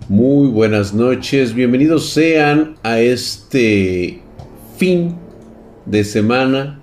Muy buenas noches, bienvenidos sean a este fin de semana.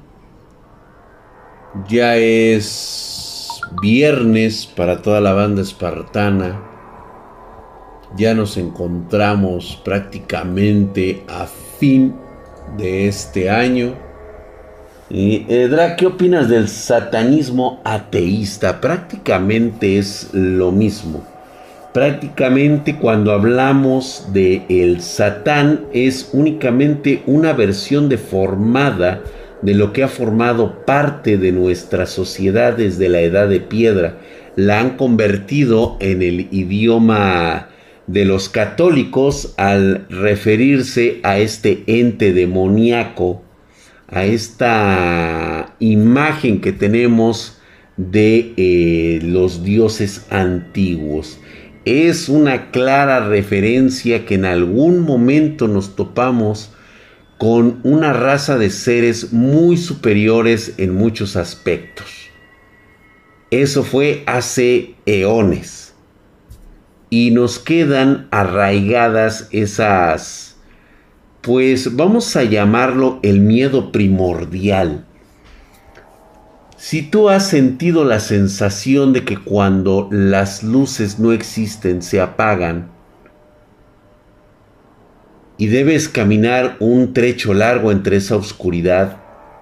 Ya es viernes para toda la banda espartana. Ya nos encontramos prácticamente a fin de este año. Y Drag, ¿qué opinas del satanismo ateísta? Prácticamente es lo mismo. Prácticamente cuando hablamos de el Satán es únicamente una versión deformada de lo que ha formado parte de nuestra sociedad desde la edad de piedra. La han convertido en el idioma de los católicos al referirse a este ente demoníaco, a esta imagen que tenemos de los dioses antiguos. Es una clara referencia que en algún momento nos topamos con una raza de seres muy superiores en muchos aspectos. Eso fue hace eones. Y nos quedan arraigadas esas, pues vamos a llamarlo el miedo primordial. Si tú has sentido la sensación de que cuando las luces no existen se apagan y debes caminar un trecho largo entre esa oscuridad,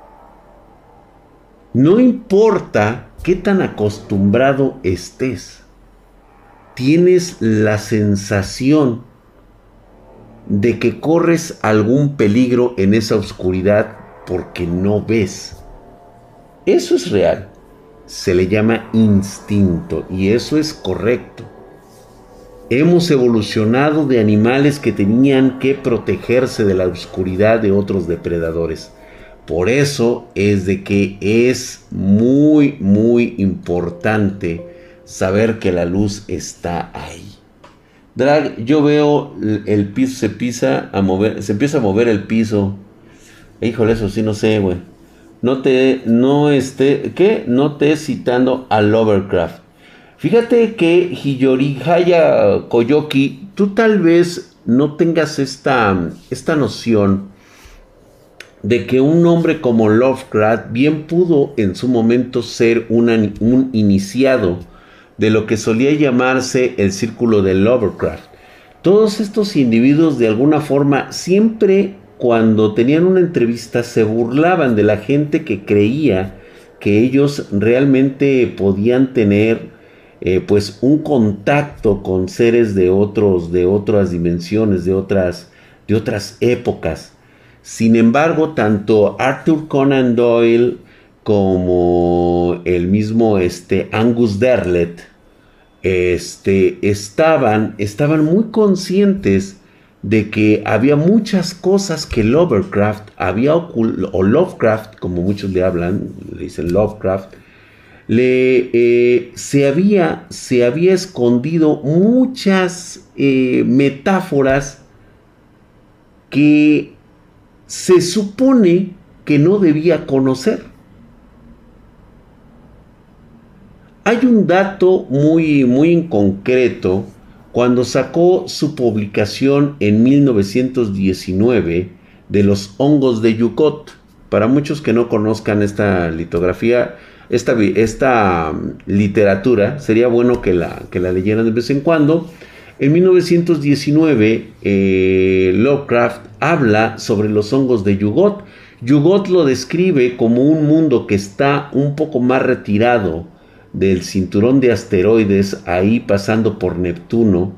no importa qué tan acostumbrado estés, tienes la sensación de que corres algún peligro en esa oscuridad porque no ves. Eso es real. Se le llama instinto y eso es correcto. Hemos evolucionado de animales que tenían que protegerse de la oscuridad de otros depredadores. Por eso es de que es muy importante saber que la luz está ahí. Drag, yo veo el piso se empieza a mover el piso. Híjole, eso sí no sé, güey. No te citando a Lovecraft. Fíjate que Hiyorihaya Koyoki, tú tal vez no tengas esta noción de que un hombre como Lovecraft bien pudo en su momento ser un iniciado de lo que solía llamarse el círculo de Lovecraft. Todos estos individuos de alguna forma siempre cuando tenían una entrevista se burlaban de la gente que creía que ellos realmente podían tener pues un contacto con seres de otras dimensiones, de otras épocas. Sin embargo, tanto Arthur Conan Doyle como el mismo Angus Derleth estaban muy conscientes de que había muchas cosas que Lovecraft o Lovecraft, como muchos le hablan, le dicen Lovecraft, se había escondido muchas metáforas que se supone que no debía conocer. Hay un dato muy en concreto cuando sacó su publicación en 1919 de los hongos de Yucot. Para muchos que no conozcan esta litografía, esta literatura, sería bueno que la leyeran de vez en cuando. En 1919, Lovecraft habla sobre los hongos de Yugot. Yugot lo describe como un mundo que está un poco más retirado del cinturón de asteroides, ahí pasando por Neptuno,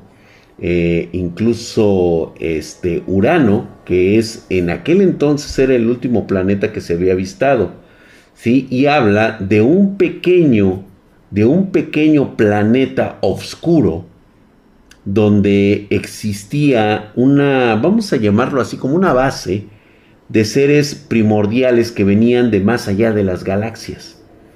incluso Urano, que es en aquel entonces era el último planeta que se había avistado, ¿sí? Y habla de un pequeño planeta oscuro donde existía vamos a llamarlo así, como una base de seres primordiales que venían de más allá de las galaxias.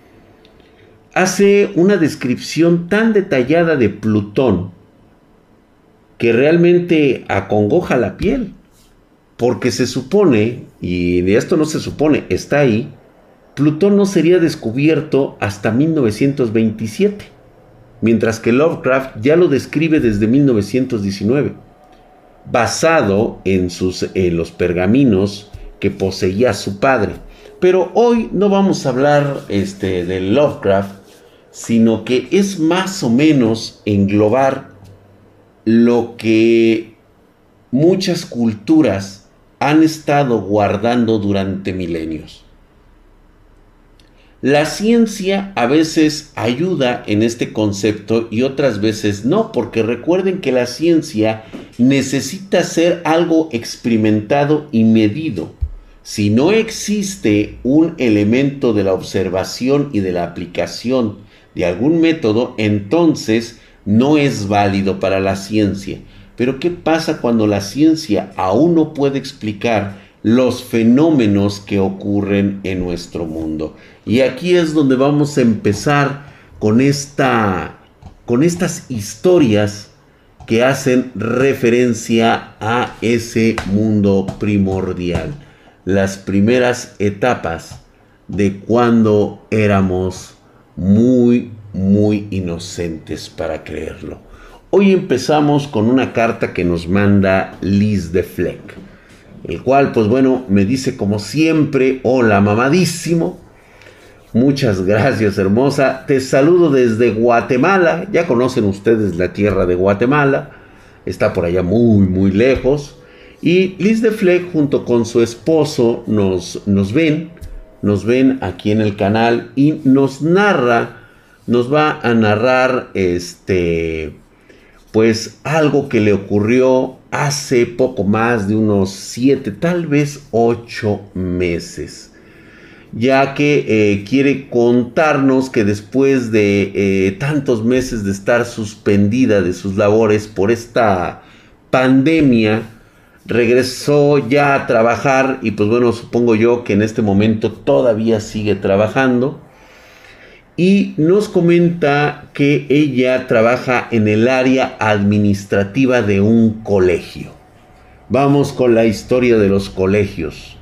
Hace una descripción tan detallada de Plutón que realmente acongoja la piel, porque se supone, y de esto no se supone, está ahí, Plutón no sería descubierto hasta 1927. mientras que Lovecraft ya lo describe desde 1919, basado en los pergaminos que poseía su padre. Pero hoy no vamos a hablar de Lovecraft, sino que es más o menos englobar lo que muchas culturas han estado guardando durante milenios. La ciencia a veces ayuda en este concepto y otras veces no, porque recuerden que la ciencia necesita ser algo experimentado y medido. Si no existe un elemento de la observación y de la aplicación de algún método, entonces no es válido para la ciencia. Pero ¿qué pasa cuando la ciencia aún no puede explicar los fenómenos que ocurren en nuestro mundo? Y aquí es donde vamos a empezar con estas historias que hacen referencia a ese mundo primordial, las primeras etapas de cuando éramos muy inocentes para creerlo. Hoy empezamos con una carta que nos manda Liz de Fleck, el cual, pues bueno, me dice como siempre: hola mamadísimo, muchas gracias hermosa, te saludo desde Guatemala. Ya conocen ustedes la tierra de Guatemala, está por allá muy lejos. Y Liz de Fleck junto con su esposo nos ven aquí en el canal y nos va a narrar pues algo que le ocurrió hace poco más de unos 7, tal vez 8 meses. Ya que quiere contarnos que después de tantos meses de estar suspendida de sus labores por esta pandemia, regresó ya a trabajar y pues bueno, supongo yo que en este momento todavía sigue trabajando. Y nos comenta que ella trabaja en el área administrativa de un colegio. Vamos con la historia de los colegios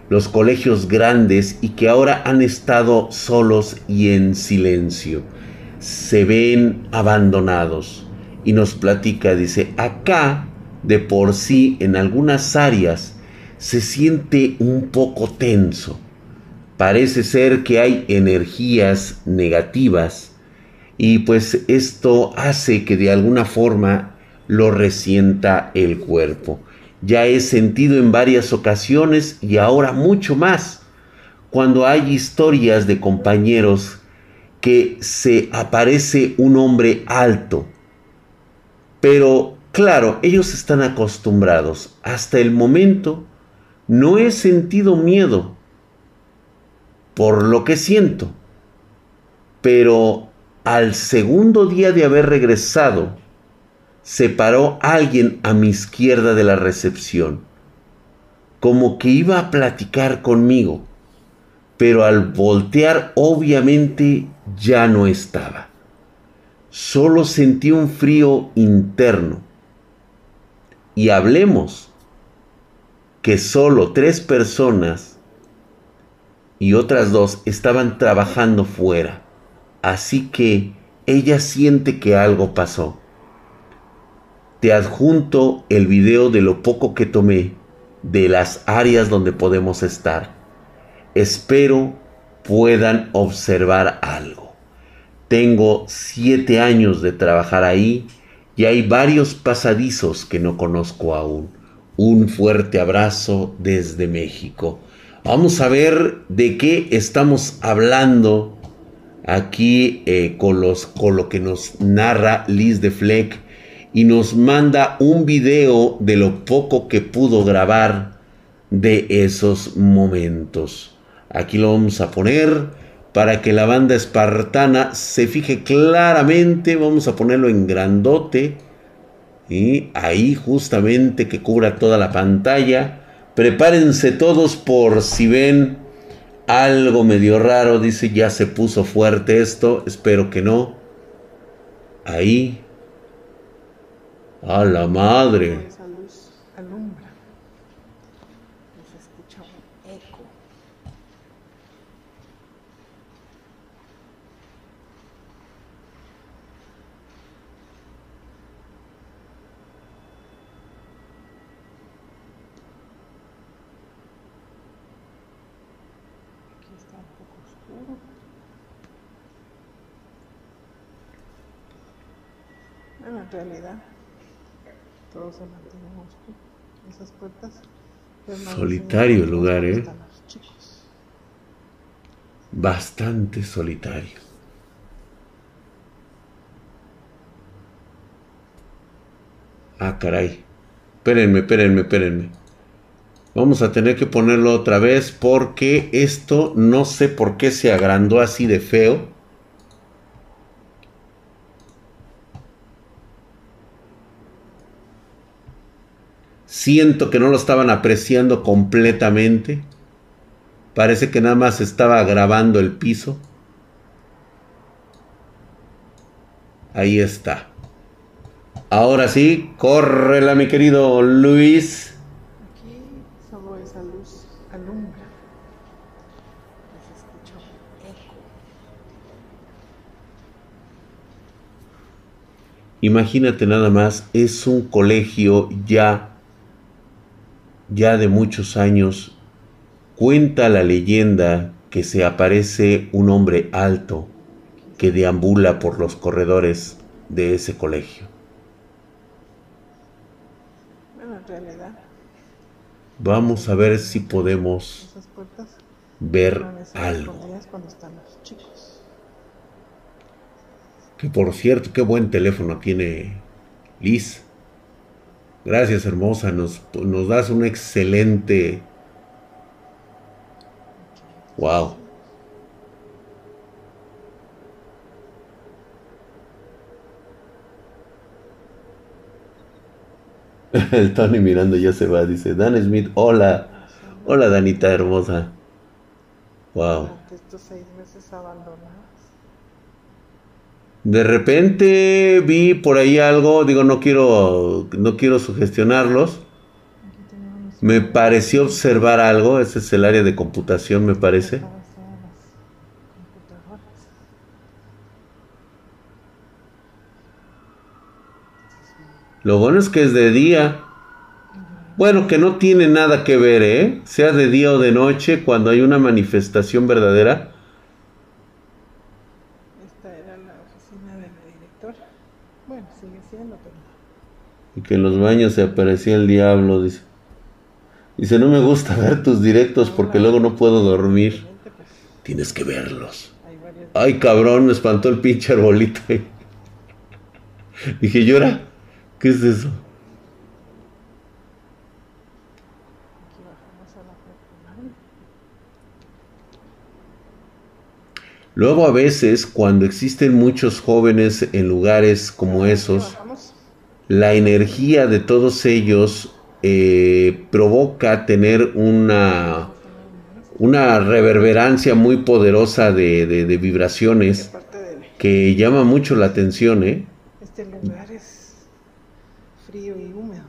grandes y que ahora han estado solos y en silencio. Se ven abandonados. Y nos platica, dice, acá de por sí en algunas áreas se siente un poco tenso. Parece ser que hay energías negativas y pues esto hace que de alguna forma lo resienta el cuerpo. Ya he sentido en varias ocasiones y ahora mucho más cuando hay historias de compañeros que se aparece un hombre alto. Pero claro, ellos están acostumbrados. Hasta el momento no he sentido miedo por lo que siento. Pero al segundo día de haber regresado, se paró alguien a mi izquierda de la recepción, como que iba a platicar conmigo, pero al voltear obviamente ya no estaba. Solo sentí un frío interno. Y hablemos que solo 3 personas y otras 2 estaban trabajando fuera. Así que ella siente que algo pasó. Te adjunto el video de lo poco que tomé de las áreas donde podemos estar. Espero puedan observar algo. Tengo 7 años de trabajar ahí y hay varios pasadizos que no conozco aún. Un fuerte abrazo desde México. Vamos a ver de qué estamos hablando aquí con lo que nos narra Liz de Fleck, y nos manda un video de lo poco que pudo grabar de esos momentos. Aquí lo vamos a poner para que la banda espartana se fije claramente. Vamos a ponerlo en grandote y ahí justamente que cubra toda la pantalla. Prepárense todos por si ven algo medio raro. Dice, ya se puso fuerte esto. Espero que no. Ahí. A la madre. Esa luz alumbra. Y se escucha un eco. Bueno, en realidad, todo se mantiene oscuro. Esas puertas Solitario el lugar, ¿eh? están los chicos. Bastante solitario. Ah, caray. Espérenme. Vamos a tener que ponerlo otra vez porque esto no sé por qué se agrandó así de feo. Siento que no lo estaban apreciando completamente. Parece que nada más estaba grabando el piso. Ahí está. Ahora sí, córrela, mi querido Luis. Aquí solo esa luz alumbra. Se escucha un eco. Imagínate nada más, es un colegio ya de muchos años. Cuenta la leyenda que se aparece un hombre alto que deambula por los corredores de ese colegio. Bueno, en realidad, Vamos a ver si podemos esas puertas ver permanecen algo. escondidas cuando están los chicos. Que por cierto, qué buen teléfono tiene Liz. Gracias, hermosa. Nos das un excelente... Wow. El Tony mirando ya se va. Dice, Dan Smith, hola. Hola, Danita hermosa. Wow. Durante estos 6 meses abandonadas. De repente vi por ahí algo, digo, no quiero sugestionarlos. Me pareció observar algo, ese es el área de computación, me parece. Lo bueno es que es de día. Bueno, que no tiene nada que ver, ¿eh? Sea de día o de noche, cuando hay una manifestación verdadera. Esta era la oficina de la directora. Bueno, sigue siendo, pero... Y que en los baños se aparecía el diablo, dice. Dice, no me gusta ver tus directos porque luego no puedo dormir. Tienes que verlos. Ay, cabrón, me espantó el pinche arbolito. Dije, ¿llora? ¿Qué es eso? Luego a veces, cuando existen muchos jóvenes en lugares como esos, la energía de todos ellos provoca tener una reverberancia muy poderosa de vibraciones que llama mucho la atención, ¿eh? Este lugar es frío y húmedo.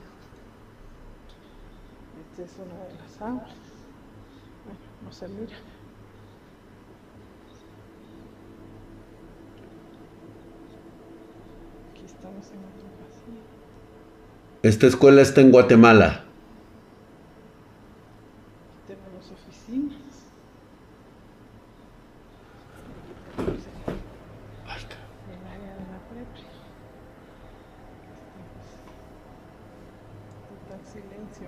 Esta es una de las aulas. Bueno, no se mira. Aquí estamos en otro pasillo. Esta escuela está en Guatemala. Tenemos oficinas. El área de la prepa. Total silencio.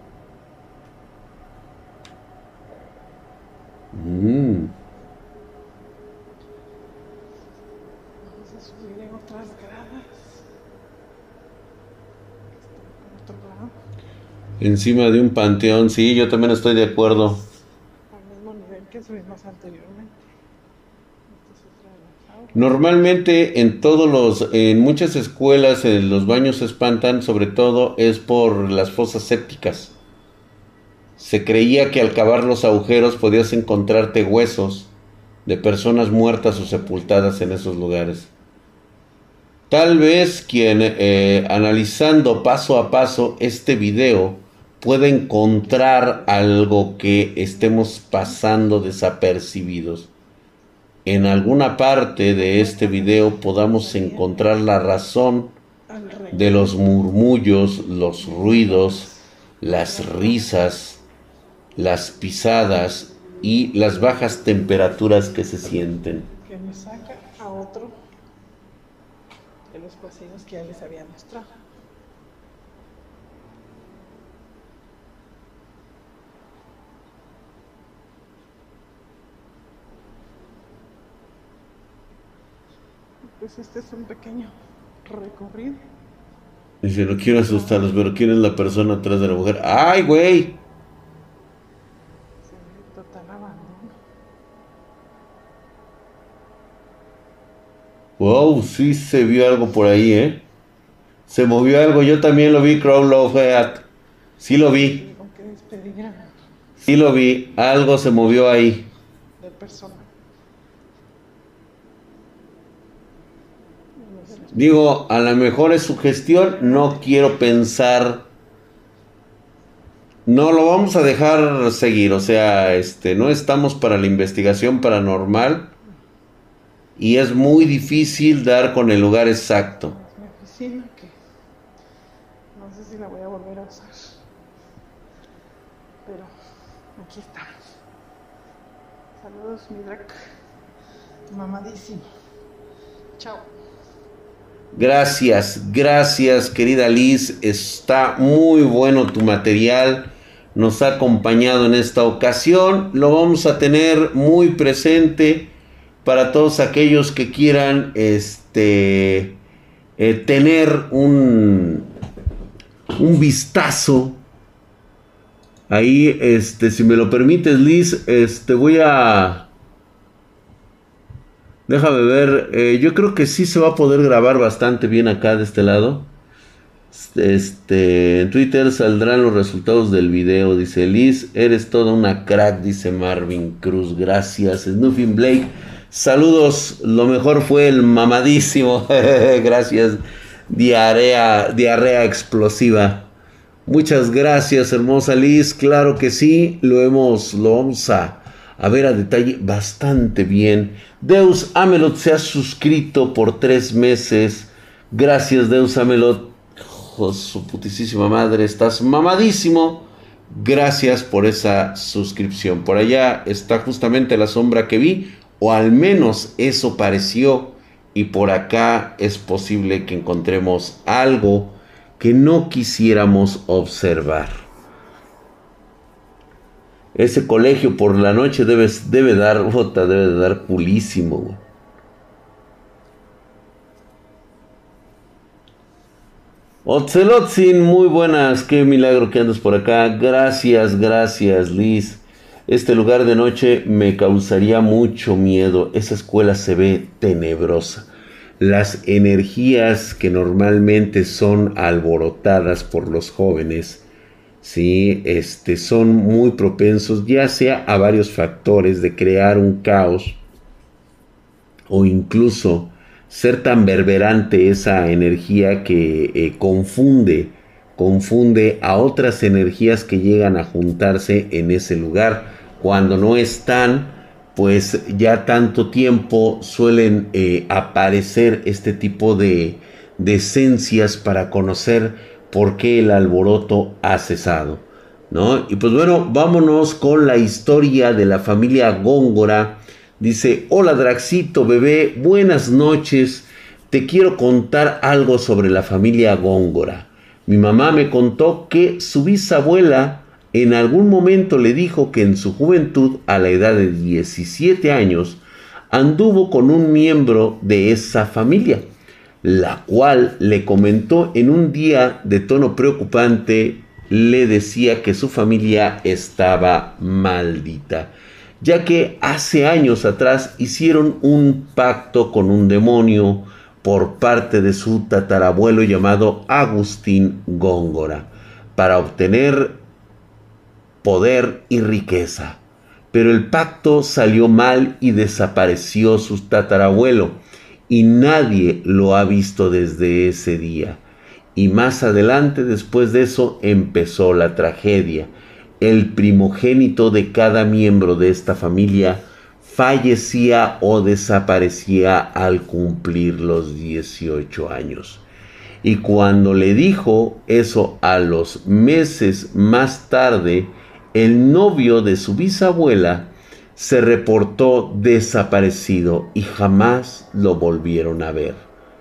Vamos a subir en otras gradas. Están por otro lado. Encima de un panteón, sí, yo también estoy de acuerdo. Al mismo nivel que subimos anteriormente. Normalmente en muchas escuelas los baños se espantan, sobre todo es por las fosas sépticas. Se creía que al cavar los agujeros podías encontrarte huesos de personas muertas o sepultadas en esos lugares. Tal vez quien analizando paso a paso este video pueda encontrar algo que estemos pasando desapercibidos. En alguna parte de este video podamos encontrar la razón de los murmullos, los ruidos, las risas, las pisadas y las bajas temperaturas que se sienten. Que nos saca a otro de los pasillos que ya les había mostrado. Pues este es un pequeño recorrido. Dice, no quiero asustarlos, pero ¿quién es la persona atrás de la mujer? ¡Ay, güey! Se ve total abandono. Wow, sí se vio algo por ahí, ¿eh? Se movió algo, yo también lo vi, Crow Love Head. Sí lo vi. Digo que es peligro Sí lo vi, algo se movió ahí. de persona. Digo, a lo mejor es su gestión, no quiero pensar. No lo vamos a dejar seguir, o sea, no estamos para la investigación paranormal y es muy difícil dar con el lugar exacto. Es mi oficina que no sé si la voy a volver a usar. Pero aquí estamos. Saludos, mi Drac. Mamadísimo. Chao. Gracias, querida Liz. Está muy bueno tu material. Nos ha acompañado en esta ocasión. Lo vamos a tener muy presente para todos aquellos que quieran tener un vistazo. Ahí, si me lo permites, Liz, voy a... Déjame ver, yo creo que sí se va a poder grabar bastante bien acá de este lado. En Twitter saldrán los resultados del video, dice Liz, eres toda una crack, dice Marvin Cruz, gracias. Snuffing Blake, saludos, lo mejor fue el mamadísimo, gracias, diarrea explosiva. Muchas gracias, hermosa Liz, claro que sí, lo vamos a ver a detalle bastante bien. Deus Amelot se ha suscrito por 3 meses. Gracias, Deus Amelot. Oh, su putísima madre, estás mamadísimo. Gracias por esa suscripción. Por allá está justamente la sombra que vi, o al menos eso pareció. Y por acá es posible que encontremos algo que no quisiéramos observar. Ese colegio por la noche debe de dar culísimo, güey. Ocelotzin, muy buenas, qué milagro que andas por acá. Gracias, Liz. Este lugar de noche me causaría mucho miedo. Esa escuela se ve tenebrosa. Las energías que normalmente son alborotadas por los jóvenes, sí, son muy propensos ya sea a varios factores de crear un caos o incluso ser tan verberante esa energía que confunde a otras energías que llegan a juntarse en ese lugar. Cuando no están, pues ya tanto tiempo suelen aparecer este tipo de esencias para conocer por qué el alboroto ha cesado, ¿no? Y pues bueno, vámonos con la historia de la familia Góngora. Dice, hola Draxito, bebé, buenas noches. Te quiero contar algo sobre la familia Góngora. Mi mamá me contó que su bisabuela en algún momento le dijo que en su juventud, a la edad de 17 años, anduvo con un miembro de esa familia, la cual le comentó en un día de tono preocupante, le decía que su familia estaba maldita, ya que hace años atrás hicieron un pacto con un demonio por parte de su tatarabuelo llamado Agustín Góngora, para obtener poder y riqueza. Pero el pacto salió mal y desapareció su tatarabuelo, y nadie lo ha visto desde ese día. Y más adelante, después de eso, empezó la tragedia. El primogénito de cada miembro de esta familia fallecía o desaparecía al cumplir los 18 años. Y cuando le dijo eso a los meses más tarde, el novio de su bisabuela se reportó desaparecido y jamás lo volvieron a ver.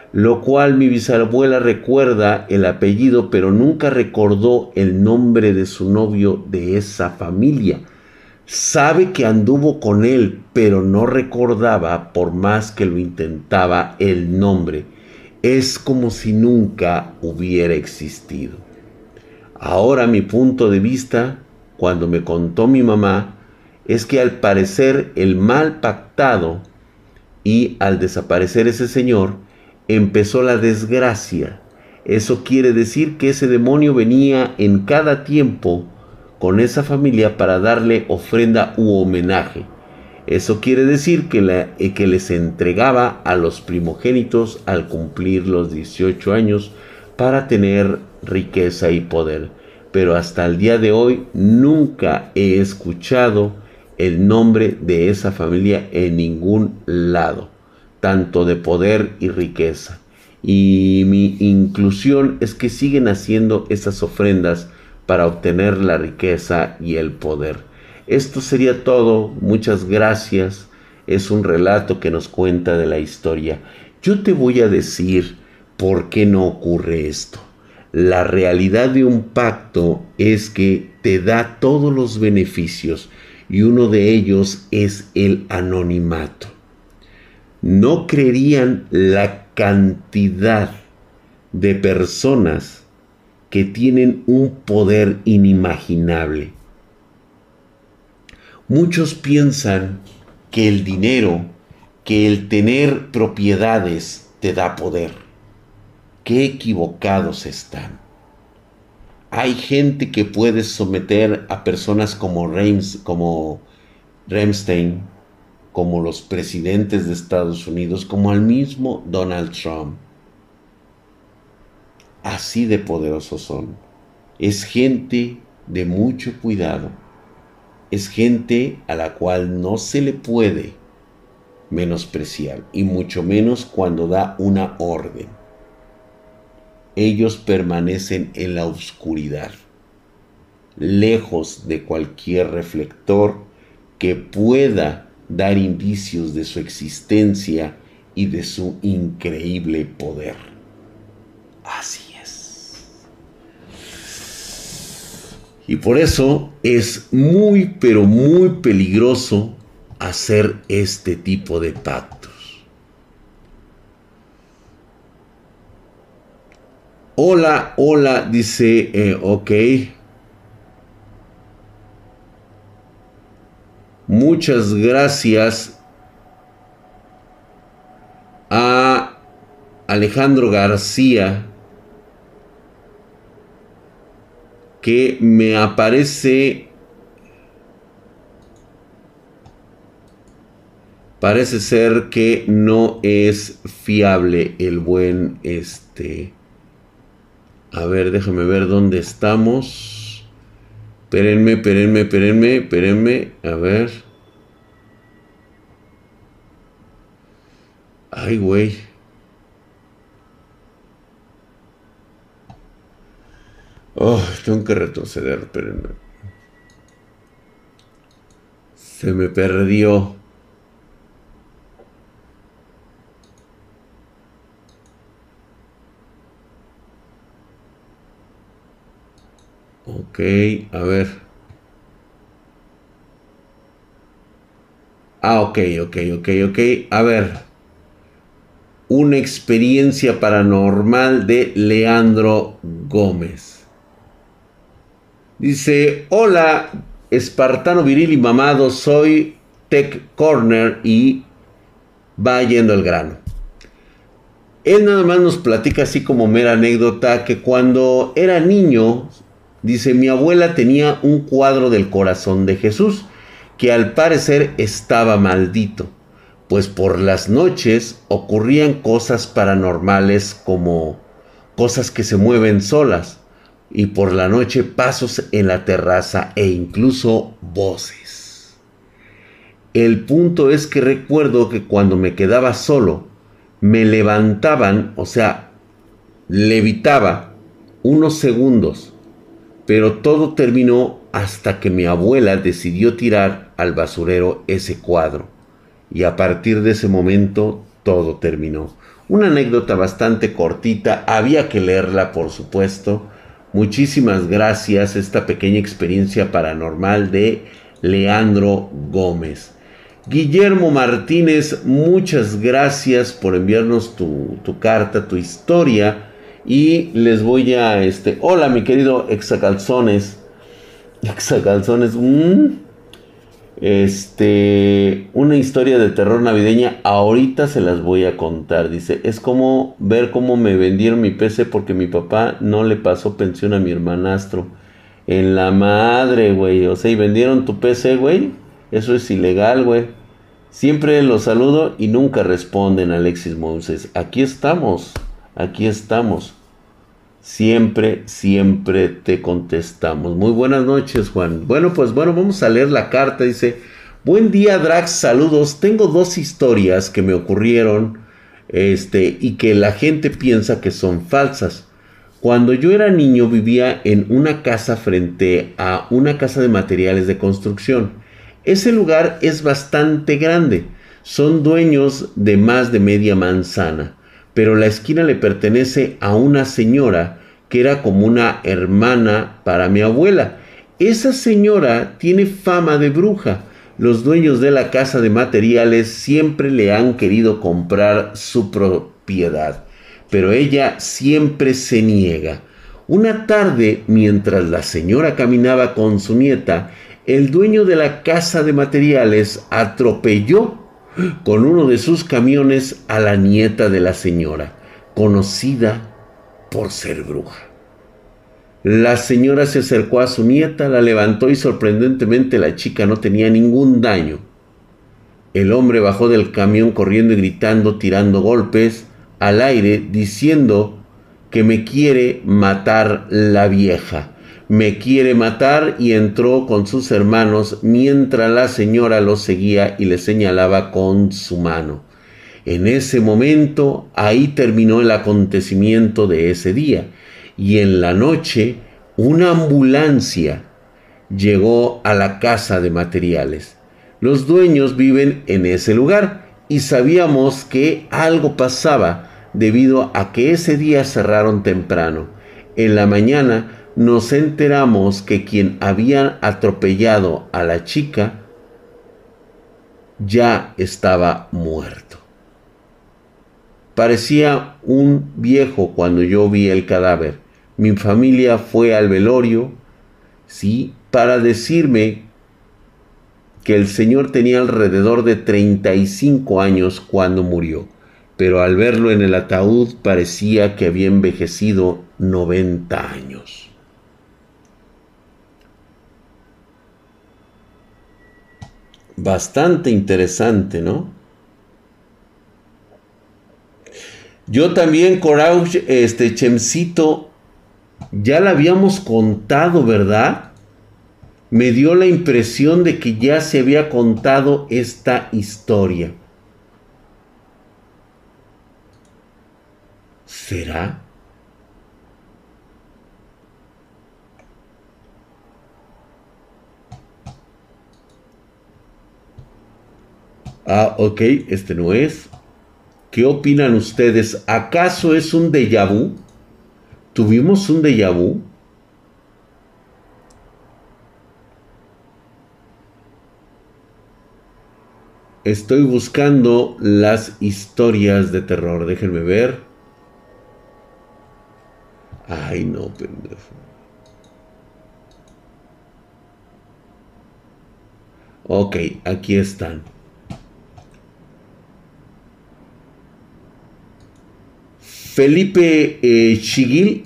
lo cual mi bisabuela recuerda el apellido, pero nunca recordó el nombre de su novio de esa familia. Sabe que anduvo con él, pero no recordaba, por más que lo intentaba, el nombre. Es como si nunca hubiera existido. Ahora mi punto de vista, cuando me contó mi mamá, es que al parecer el mal pactado y al desaparecer ese señor, empezó la desgracia. Eso quiere decir que ese demonio venía en cada tiempo con esa familia para darle ofrenda u homenaje. Eso quiere decir que les entregaba a los primogénitos al cumplir los 18 años para tener riqueza y poder. Pero hasta el día de hoy nunca he escuchado el nombre de esa familia en ningún lado, tanto de poder y riqueza. Y mi inclusión es que siguen haciendo esas ofrendas para obtener la riqueza y el poder. Esto sería todo. Muchas gracias. Es un relato que nos cuenta de la historia. Yo te voy a decir por qué no ocurre esto. La realidad de un pacto es que te da todos los beneficios y uno de ellos es el anonimato. No creerían la cantidad de personas que tienen un poder inimaginable. Muchos piensan que el dinero, que el tener propiedades te da poder. Qué equivocados están. Hay gente que puede someter a personas como Ramstein, como los presidentes de Estados Unidos, como al mismo Donald Trump. Así de poderosos son. Es gente de mucho cuidado. Es gente a la cual no se le puede menospreciar, y mucho menos cuando da una orden. Ellos permanecen en la oscuridad, lejos de cualquier reflector que pueda dar indicios de su existencia y de su increíble poder. Así es. Y por eso es muy, pero muy peligroso hacer este tipo de pactos. Hola, hola, dice, ok. Muchas gracias a Alejandro García, que me aparece, parece ser que no es fiable el buen A ver, déjame ver dónde estamos. Espérenme. A ver. Ay, güey. Oh, tengo que retroceder, espérenme. Se me perdió. Ok, a ver. Ok. A ver. Una experiencia paranormal de Leandro Gómez. Dice, hola, espartano viril y mamado, soy Tech Corner y va yendo al grano. Él nada más nos platica así como mera anécdota que cuando era niño, dice, mi abuela tenía un cuadro del corazón de Jesús que al parecer estaba maldito, pues por las noches ocurrían cosas paranormales como cosas que se mueven solas y por la noche pasos en la terraza e incluso voces. El punto es que recuerdo que cuando me quedaba solo, me levantaban, o sea, levitaba unos segundos, pero todo terminó hasta que mi abuela decidió tirar al basurero ese cuadro, y a partir de ese momento todo terminó. Una anécdota bastante cortita, había que leerla por supuesto. Muchísimas gracias, esta pequeña experiencia paranormal de Leandro Gómez. Guillermo Martínez, muchas gracias por enviarnos tu carta, tu historia. Y les voy a, hola mi querido Exacalzones. Exacalzones, una historia de terror navideña, ahorita se las voy a contar. Dice, es como ver cómo me vendieron mi PC porque mi papá no le pasó pensión a mi hermanastro. En la madre, güey. O sea, y vendieron tu PC, güey. Eso es ilegal, güey. Siempre los saludo y nunca responden, Alexis Moses. Aquí estamos, aquí estamos. Siempre, siempre te contestamos. Muy buenas noches, Juan. Bueno, vamos a leer la carta. Dice, buen día, Drax, saludos. Tengo dos historias que me ocurrieron, y que la gente piensa que son falsas. Cuando yo era niño vivía en una casa frente a una casa de materiales de construcción. Ese lugar es bastante grande. Son dueños de más de media manzana. Pero la esquina le pertenece a una señora que era como una hermana para mi abuela. Esa señora tiene fama de bruja. Los dueños de la casa de materiales siempre le han querido comprar su propiedad, pero ella siempre se niega. Una tarde, mientras la señora caminaba con su nieta, el dueño de la casa de materiales atropelló con uno de sus camiones a la nieta de la señora, conocida por ser bruja. La señora se acercó a su nieta, la levantó y sorprendentemente la chica no tenía ningún daño. El hombre bajó del camión corriendo y gritando, tirando golpes al aire, diciendo que me quiere matar la vieja. Me quiere matar, y entró con sus hermanos mientras la señora lo seguía y le señalaba con su mano. En ese momento, ahí terminó el acontecimiento de ese día. Y en la noche, una ambulancia llegó a la casa de materiales. Los dueños viven en ese lugar y sabíamos que algo pasaba debido a que ese día cerraron temprano. En la mañana nos enteramos que quien había atropellado a la chica ya estaba muerto. Parecía un viejo cuando yo vi el cadáver. Mi familia fue al velorio, sí, para decirme que el señor tenía alrededor de 35 años cuando murió, pero al verlo en el ataúd parecía que había envejecido 90 años. Bastante interesante, ¿no? Yo también, Corauch, Chemcito, ya la habíamos contado, ¿verdad? Me dio la impresión de que ya se había contado esta historia. ¿Será? Ah, ok, este no es. ¿Qué opinan ustedes? ¿Acaso es un déjà vu? ¿Tuvimos un déjà vu? Estoy buscando las historias de terror. Déjenme ver. Ay, no, pendejo. Ok, aquí están. Felipe Chiguil.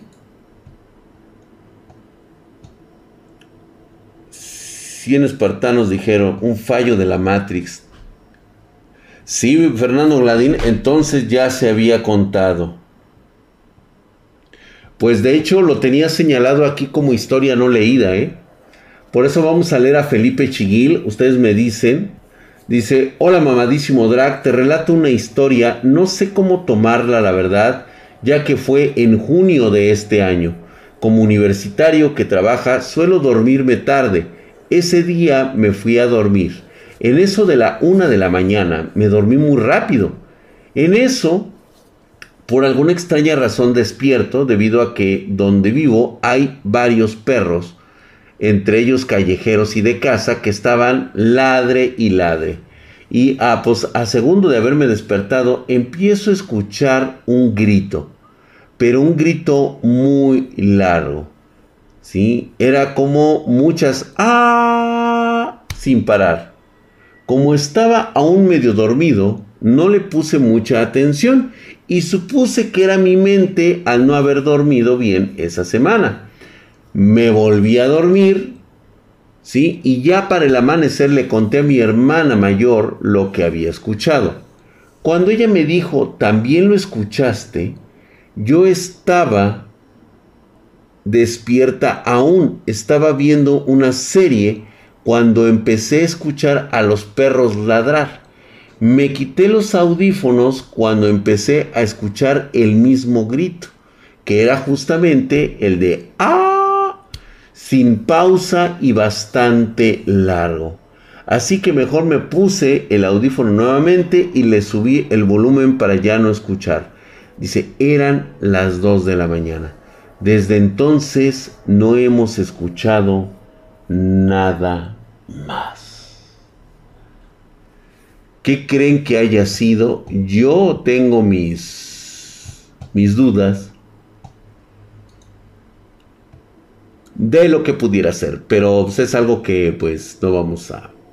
100 espartanos dijeron, un fallo de la Matrix. Sí, Fernando Gladín, entonces ya se había contado. Pues de hecho lo tenía señalado aquí como historia no leída, ¿eh? Por eso vamos a leer a Felipe Chiguil. Ustedes me dicen. Dice, hola mamadísimo Drag, te relato una historia, no sé cómo tomarla la verdad, ya que fue en junio de este año. Como universitario que trabaja, suelo dormirme tarde. Ese día me fui a dormir. En eso de la 1 de la mañana, me dormí muy rápido. En eso, por alguna extraña razón despierto debido a que donde vivo hay varios perros, entre ellos callejeros y de casa, que estaban ladre y ladre. Y pues a segundo de haberme despertado empiezo a escuchar un grito, pero un grito muy largo, ¿sí? Era como muchas ¡ah! Sin parar. Como estaba aún medio dormido, no le puse mucha atención y supuse que era mi mente al no haber dormido bien esa semana. Me volví a dormir, ¿sí? Y ya para el amanecer le conté a mi hermana mayor lo que había escuchado. Cuando ella me dijo, ¿también lo escuchaste? Yo estaba despierta aún, estaba viendo una serie cuando empecé a escuchar a los perros ladrar. Me quité los audífonos cuando empecé a escuchar el mismo grito, que era justamente el de ¡ah! Sin pausa y bastante largo. Así que mejor me puse el audífono nuevamente y le subí el volumen para ya no escuchar. Dice, eran las 2 de la mañana. Desde entonces no hemos escuchado nada más. ¿Qué creen que haya sido? Yo tengo mis dudas de lo que pudiera ser, pero pues, es algo que pues no vamos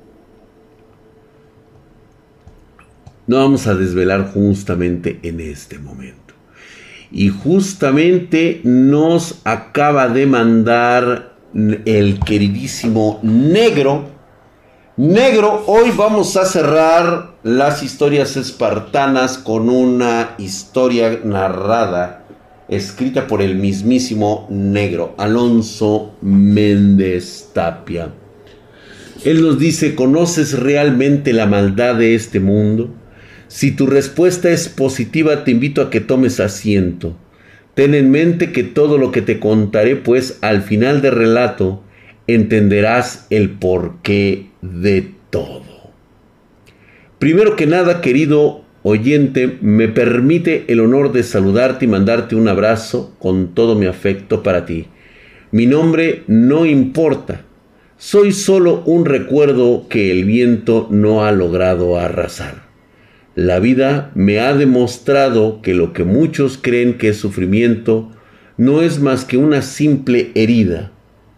a desvelar justamente en este momento. Y justamente nos acaba de mandar el queridísimo Negro. Negro, hoy vamos a cerrar las historias espartanas con una historia narrada, escrita por el mismísimo Negro, Alonso Méndez Tapia. Él nos dice, ¿conoces realmente la maldad de este mundo? Si tu respuesta es positiva, te invito a que tomes asiento. Ten en mente que todo lo que te contaré, pues al final del relato entenderás el porqué de todo. Primero que nada, querido oyente, me permite el honor de saludarte y mandarte un abrazo con todo mi afecto para ti. Mi nombre no importa. Soy solo un recuerdo que el viento no ha logrado arrasar. La vida me ha demostrado que lo que muchos creen que es sufrimiento no es más que una simple herida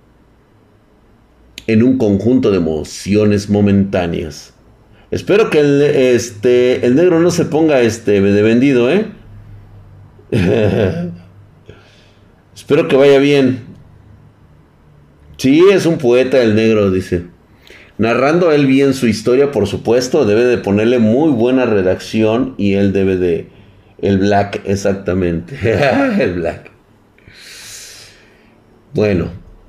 en un conjunto de emociones momentáneas. Espero que el negro no se ponga de vendido, ¿eh? Espero que vaya bien. Sí, es un poeta el negro, dice. Narrando él bien su historia, por supuesto, debe de ponerle muy buena redacción y él debe de... El Black, exactamente. El Black. Bueno.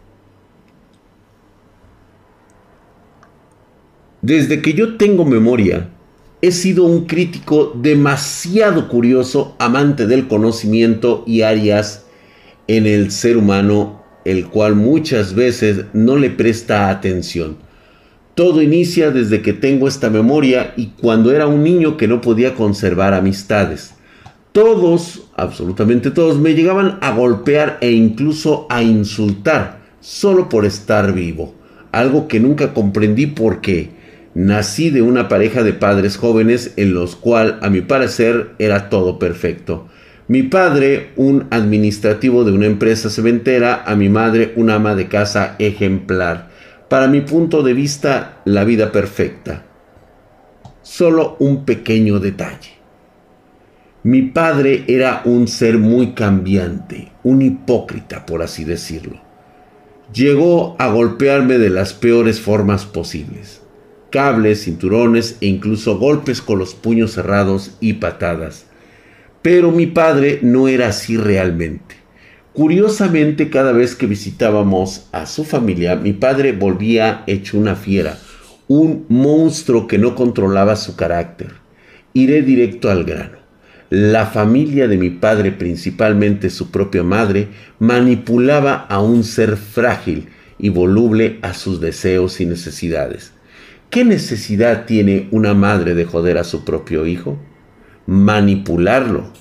Desde que yo tengo memoria, he sido un crítico demasiado curioso, amante del conocimiento y áreas en el ser humano, el cual muchas veces no le presta atención. Todo inicia desde que tengo esta memoria y cuando era un niño que no podía conservar amistades. Todos, absolutamente todos, me llegaban a golpear e incluso a insultar solo por estar vivo. Algo que nunca comprendí porque nací de una pareja de padres jóvenes en los cuales, a mi parecer, era todo perfecto. Mi padre, un administrativo de una empresa cementera, a mi madre, una ama de casa ejemplar. Para mi punto de vista, la vida perfecta. Solo un pequeño detalle. Mi padre era un ser muy cambiante, un hipócrita, por así decirlo. Llegó a golpearme de las peores formas posibles. Cables, cinturones e incluso golpes con los puños cerrados y patadas. Pero mi padre no era así realmente. Curiosamente, cada vez que visitábamos a su familia, mi padre volvía hecho una fiera, un monstruo que no controlaba su carácter. Iré directo al grano. La familia de mi padre, principalmente su propia madre, manipulaba a un ser frágil y voluble a sus deseos y necesidades. ¿Qué necesidad tiene una madre de joder a su propio hijo? Manipularlo.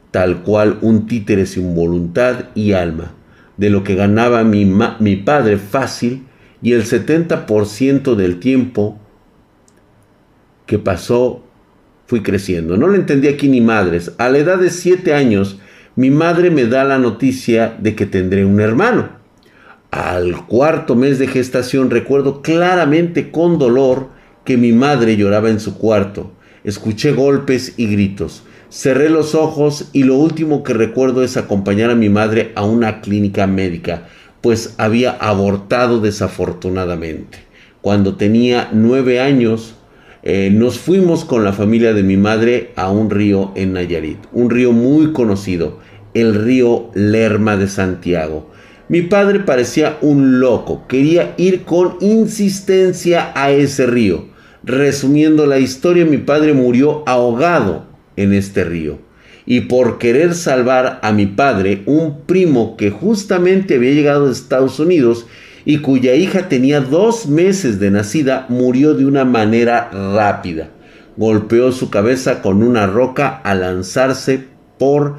tal cual un títere sin voluntad y alma. De lo que ganaba mi padre fácil, y el 70% del tiempo que pasó fui creciendo. No le entendí aquí ni madres. A la edad de 7 años, mi madre me da la noticia de que tendré un hermano. Al cuarto mes de gestación recuerdo claramente con dolor que mi madre lloraba en su cuarto. Escuché golpes y gritos. Cerré los ojos y lo último que recuerdo es acompañar a mi madre a una clínica médica, pues había abortado desafortunadamente. Cuando tenía 9 años, nos fuimos con la familia de mi madre a un río en Nayarit, un río muy conocido, el río Lerma de Santiago. Mi padre parecía un loco, quería ir con insistencia a ese río. Resumiendo la historia, mi padre murió ahogado en este río. Y por querer salvar a mi padre, un primo que justamente había llegado de Estados Unidos y cuya hija tenía 2 meses de nacida, murió de una manera rápida. Golpeó su cabeza con una roca al lanzarse por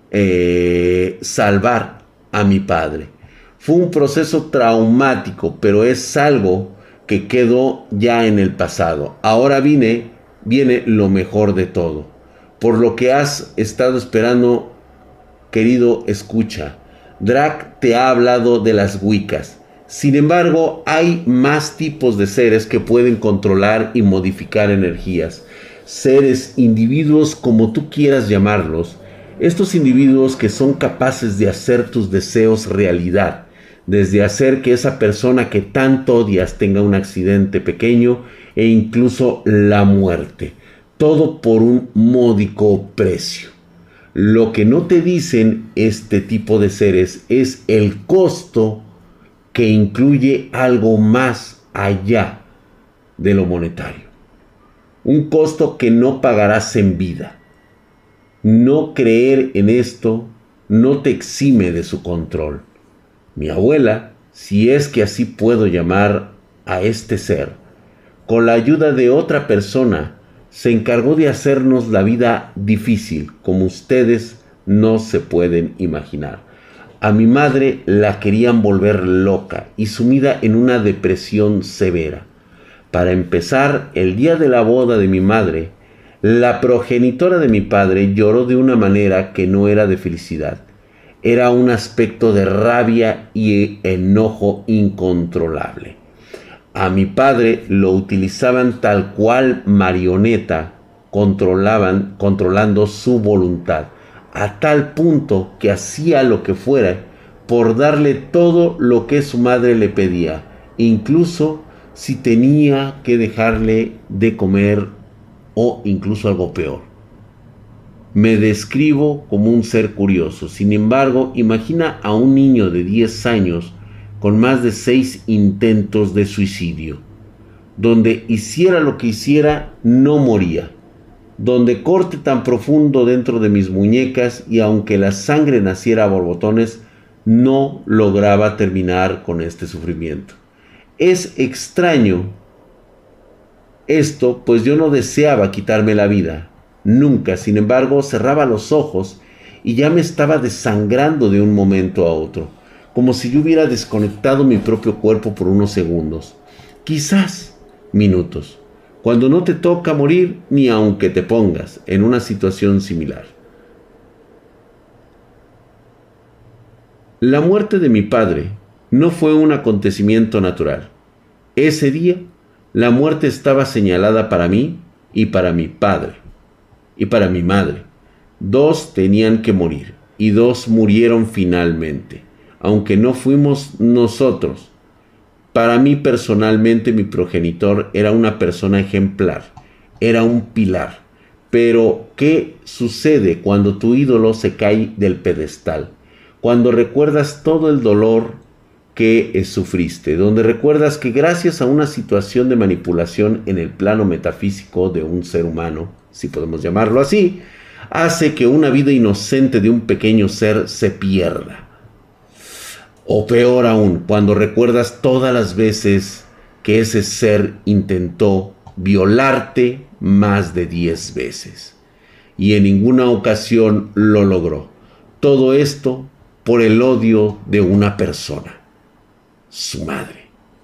salvar a mi padre. Fue un proceso traumático, pero es algo que quedó ya en el pasado. Ahora viene lo mejor de todo. Por lo que has estado esperando, querido escucha, Drac te ha hablado de las Wiccas. Sin embargo, hay más tipos de seres que pueden controlar y modificar energías. Seres, individuos, como tú quieras llamarlos. Estos individuos que son capaces de hacer tus deseos realidad. Desde hacer que esa persona que tanto odias tenga un accidente pequeño e incluso la muerte. Todo por un módico precio. Lo que no te dicen este tipo de seres es el costo que incluye algo más allá de lo monetario. Un costo que no pagarás en vida. No creer en esto no te exime de su control. Mi abuela, si es que así puedo llamar a este ser, con la ayuda de otra persona, se encargó de hacernos la vida difícil, como ustedes no se pueden imaginar. A mi madre la querían volver loca y sumida en una depresión severa. Para empezar, el día de la boda de mi madre, la progenitora de mi padre lloró de una manera que no era de felicidad. Era un aspecto de rabia y enojo incontrolable. A mi padre lo utilizaban tal cual marioneta, controlando su voluntad, a tal punto que hacía lo que fuera por darle todo lo que su madre le pedía, incluso si tenía que dejarle de comer o incluso algo peor. Me describo como un ser curioso. Sin embargo, imagina a un niño de 10 años con más de 6 intentos de suicidio, donde hiciera lo que hiciera, no moría, donde corte tan profundo dentro de mis muñecas y aunque la sangre naciera a borbotones, no lograba terminar con este sufrimiento. Es extraño esto, pues yo no deseaba quitarme la vida, nunca. Sin embargo, cerraba los ojos y ya me estaba desangrando de un momento a otro, como si yo hubiera desconectado mi propio cuerpo por unos segundos, quizás minutos, cuando no te toca morir ni aunque te pongas en una situación similar. La muerte de mi padre no fue un acontecimiento natural. Ese día, la muerte estaba señalada para mí y para mi padre y para mi madre. 2 tenían que morir y 2 murieron finalmente, aunque no fuimos nosotros. Para mí personalmente mi progenitor era una persona ejemplar, era un pilar. Pero ¿qué sucede cuando tu ídolo se cae del pedestal? Cuando recuerdas todo el dolor que sufriste, donde recuerdas que gracias a una situación de manipulación en el plano metafísico de un ser humano, si podemos llamarlo así, hace que una vida inocente de un pequeño ser se pierda. O peor aún, cuando recuerdas todas las veces que ese ser intentó violarte más de 10 veces. y en ninguna ocasión lo logró. Todo esto por el odio de una persona, su madre.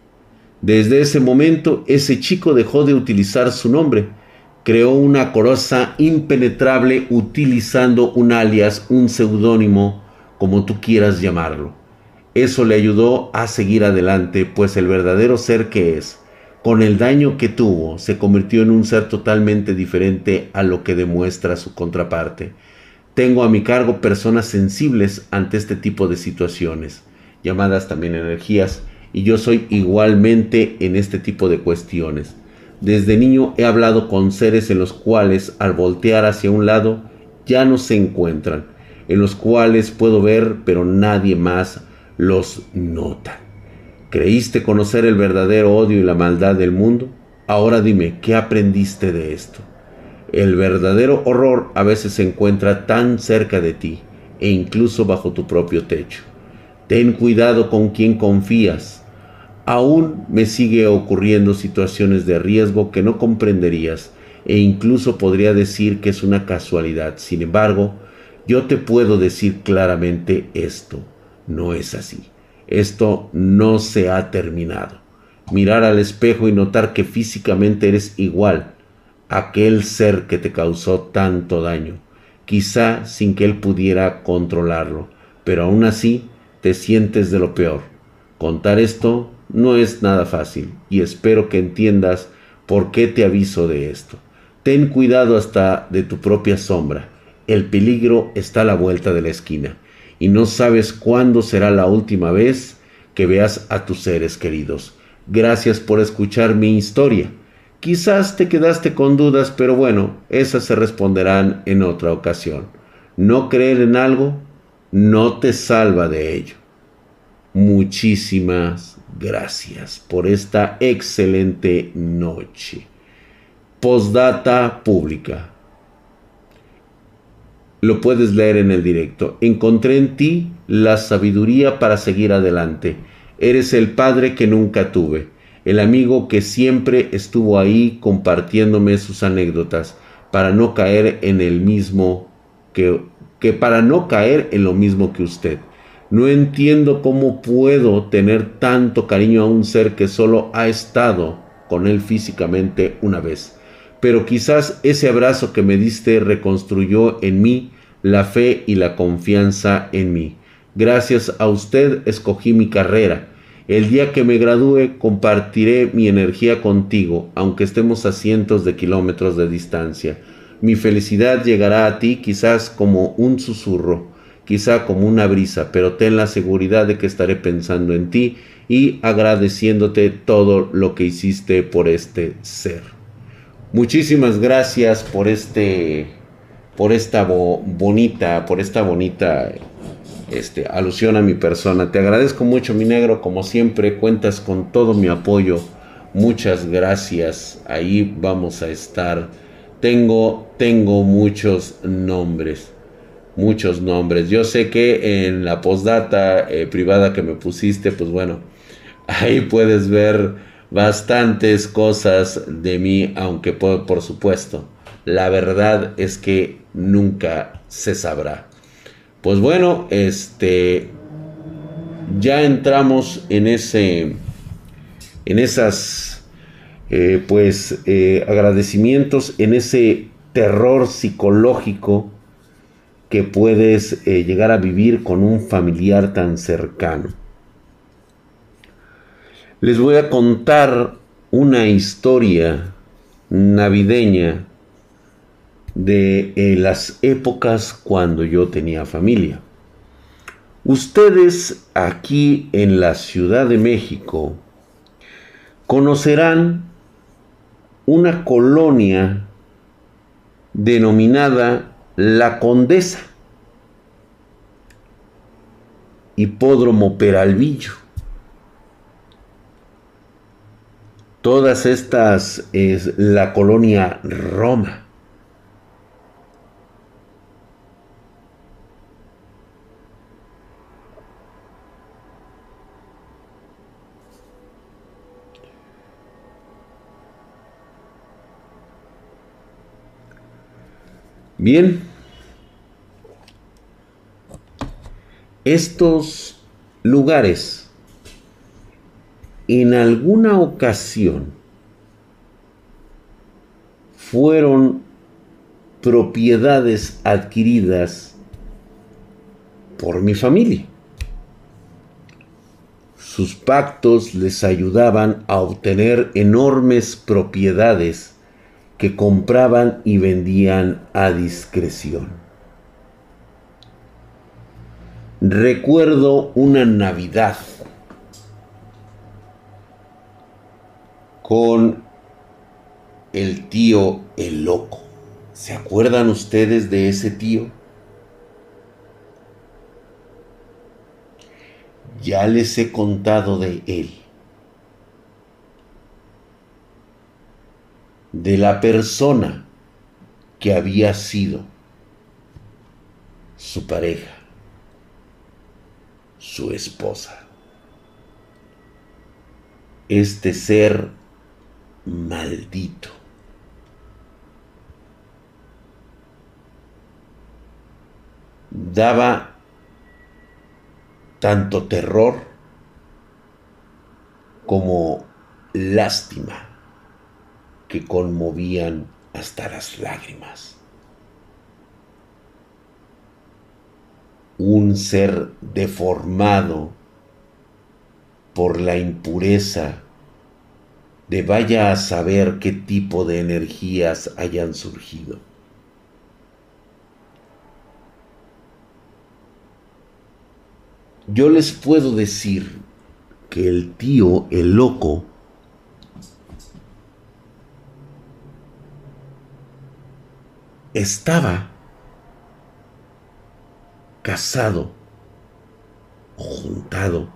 Desde ese momento, ese chico dejó de utilizar su nombre. Creó una coraza impenetrable utilizando un alias, un seudónimo, como tú quieras llamarlo. Eso le ayudó a seguir adelante, pues el verdadero ser que es, con el daño que tuvo, se convirtió en un ser totalmente diferente a lo que demuestra su contraparte. Tengo a mi cargo personas sensibles ante este tipo de situaciones, llamadas también energías, y yo soy igualmente en este tipo de cuestiones. Desde niño he hablado con seres en los cuales al voltear hacia un lado ya no se encuentran, en los cuales puedo ver pero nadie más los nota. ¿Creíste conocer el verdadero odio y la maldad del mundo? Ahora dime, ¿qué aprendiste de esto? El verdadero horror a veces se encuentra tan cerca de ti e incluso bajo tu propio techo. Ten cuidado con quien confías. Aún me sigue ocurriendo situaciones de riesgo que no comprenderías e incluso podría decir que es una casualidad. Sin embargo, yo te puedo decir claramente esto. No es así. Esto no se ha terminado. Mirar al espejo y notar que físicamente eres igual a aquel ser que te causó tanto daño, quizá sin que él pudiera controlarlo, pero aún así te sientes de lo peor. Contar esto no es nada fácil y espero que entiendas por qué te aviso de esto. Ten cuidado hasta de tu propia sombra. El peligro está a la vuelta de la esquina y no sabes cuándo será la última vez que veas a tus seres queridos. Gracias por escuchar mi historia. Quizás te quedaste con dudas, pero bueno, esas se responderán en otra ocasión. No creer en algo no te salva de ello. Muchísimas gracias por esta excelente noche. Postdata pública. Lo puedes leer en el directo. Encontré en ti la sabiduría para seguir adelante. Eres el padre que nunca tuve, el amigo que siempre estuvo ahí compartiéndome sus anécdotas para no caer en el mismo para no caer en lo mismo que usted. No entiendo cómo puedo tener tanto cariño a un ser que solo ha estado con él físicamente una vez. Pero quizás ese abrazo que me diste reconstruyó en mí la fe y la confianza en mí. Gracias a usted escogí mi carrera. El día que me gradúe compartiré mi energía contigo, aunque estemos a cientos de kilómetros de distancia. Mi felicidad llegará a ti quizás como un susurro, quizá como una brisa, pero ten la seguridad de que estaré pensando en ti y agradeciéndote todo lo que hiciste por este ser. Muchísimas gracias por esta bonita alusión a mi persona. Te agradezco mucho, mi negro, como siempre cuentas con todo mi apoyo. Muchas gracias. Ahí vamos a estar. Tengo muchos nombres. Muchos nombres. Yo sé que en la postdata privada que me pusiste, pues bueno, ahí puedes ver bastantes cosas de mí, aunque por supuesto, la verdad es que nunca se sabrá. Pues bueno, ya entramos en esas, agradecimientos, en ese terror psicológico que puedes llegar a vivir con un familiar tan cercano. Les voy a contar una historia navideña de las épocas cuando yo tenía familia. Ustedes aquí en la Ciudad de México conocerán una colonia denominada La Condesa, Hipódromo Peralvillo. Todas estas es la colonia Roma. Bien, estos lugares en alguna ocasión fueron propiedades adquiridas por mi familia. Sus pactos les ayudaban a obtener enormes propiedades que compraban y vendían a discreción. Recuerdo una Navidad con el tío el Loco. ¿Se acuerdan ustedes de ese tío? Ya les he contado de él, de la persona que había sido su pareja, su esposa. Este ser maldito daba tanto terror como lástima que conmovían hasta las lágrimas. Un ser deformado por la impureza de vaya a saber qué tipo de energías hayan surgido. Yo les puedo decir que el tío, el Loco, estaba casado o juntado